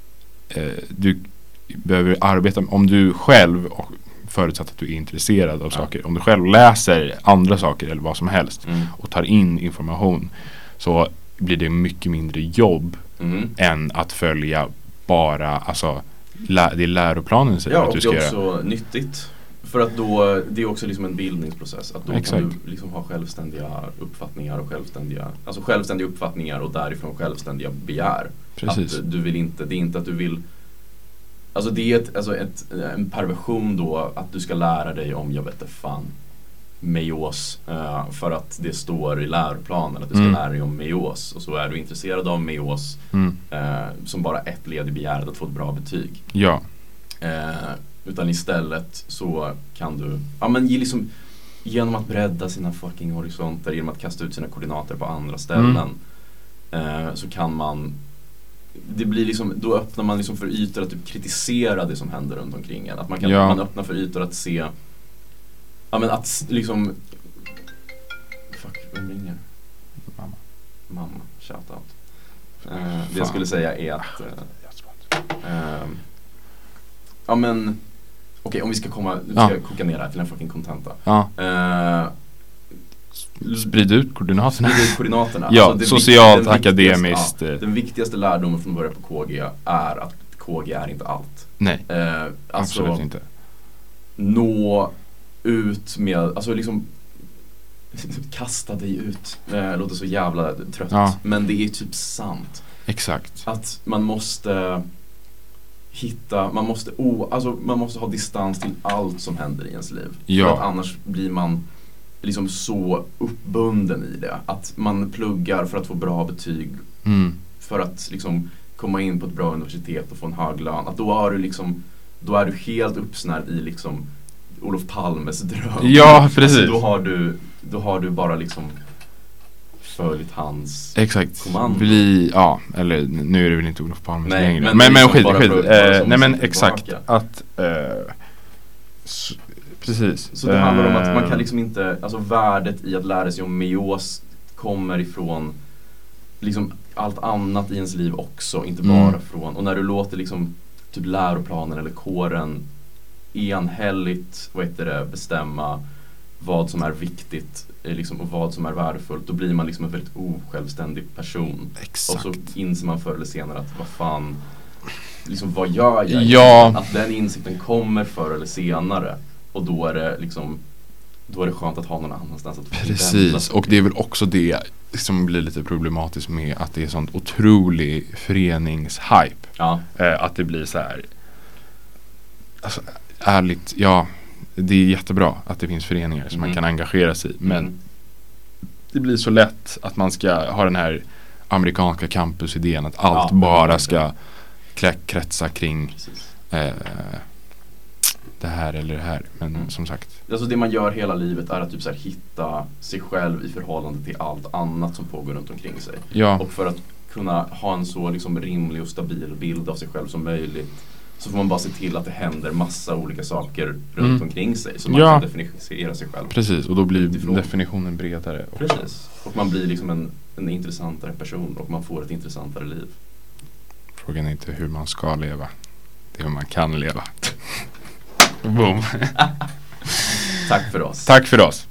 Du behöver arbeta, om du själv, och förutsatt att du är intresserad av saker, om du själv läser andra saker eller vad som helst och tar in information, så blir det mycket mindre jobb än att följa bara, alltså det är läroplanen säger att du ska göra. Ja, och det är också nyttigt. För att då, det är också liksom en bildningsprocess. Att då kan du liksom ha självständiga uppfattningar och självständiga uppfattningar och därifrån självständiga begär. Precis. Att du vill inte, det är inte att du vill, alltså det är en perversion då att du ska lära dig om, jag vet inte fan, meios, för att det står i läroplanen att du ska lära dig om meios, och så är du intresserad av meios som bara ett led i begäret att få ett bra betyg. Ja. Utan istället så kan du liksom, genom att bredda sina fucking horisonter, genom att kasta ut sina koordinater på andra ställen, så kan man, det blir liksom, då öppnar man liksom för ytor att typ kritisera det som händer runt omkring en. Att man kan man öppnar för ytor att se, att liksom, fuck, vem ringer? Mamma, shoutout. Det jag skulle säga är att okej, om vi ska koka ner det här till en fucking kontenta. Sprid ut koordinaterna. Ja, alltså socialt, akademiskt. Den viktigaste lärdomen från början på KG är att KG är inte allt. Nej, absolut inte. Nå ut med, alltså liksom kasta dig ut. Låter så jävla trött. Men det är typ sant. Exakt. Att man måste man måste ha distans till allt som händer i ens liv. Ja. För att annars blir man liksom så uppbunden i det. Att man pluggar för att få bra betyg. För att liksom komma in på ett bra universitet och få en hög lön. Att då är du helt uppsnärd i liksom Olof Palmes dröm. Ja, precis. Alltså då har du bara liksom följt hans kommando. Eller nu är det väl inte Olof Palme längre. Men skit. Nej men exakt att precis. Så det handlar om att man kan liksom inte, alltså värdet i att lära sig om meios kommer ifrån liksom allt annat i ens liv också, inte bara från, och när du låter liksom typ läroplanen eller kåren enhälligt bestämma vad som är viktigt liksom, och vad som är värdefullt, då blir man liksom en väldigt osjälvständig person. Exakt. Och så inser man förr eller senare att vad fan, liksom, vad gör jag? Ja. Att den insikten kommer förr eller senare. Och då är det liksom, då är det skönt att ha någon annanstans att precis, och det är väl också det som blir lite problematiskt med att det är sånt otrolig föreningshype. Ja. Att det blir så här, alltså, ärligt, ja, det är jättebra att det finns föreningar som man kan engagera sig i, men det blir så lätt att man ska ha den här amerikanska campus-idén att allt bara ska kretsa kring det här eller det här. Men som sagt, alltså det man gör hela livet är att typ så här hitta sig själv i förhållande till allt annat som pågår runt omkring sig. Ja. Och för att kunna ha en så liksom rimlig och stabil bild av sig själv som möjligt, så får man bara se till att det händer massa olika saker runt omkring sig, så man kan definiera sig själv. Precis, och då blir definitionen bredare också. Precis, och man blir liksom en intressantare person, och man får ett intressantare liv. Frågan är inte hur man ska leva, det är hur man kan leva. Boom. Tack för oss. Tack för oss.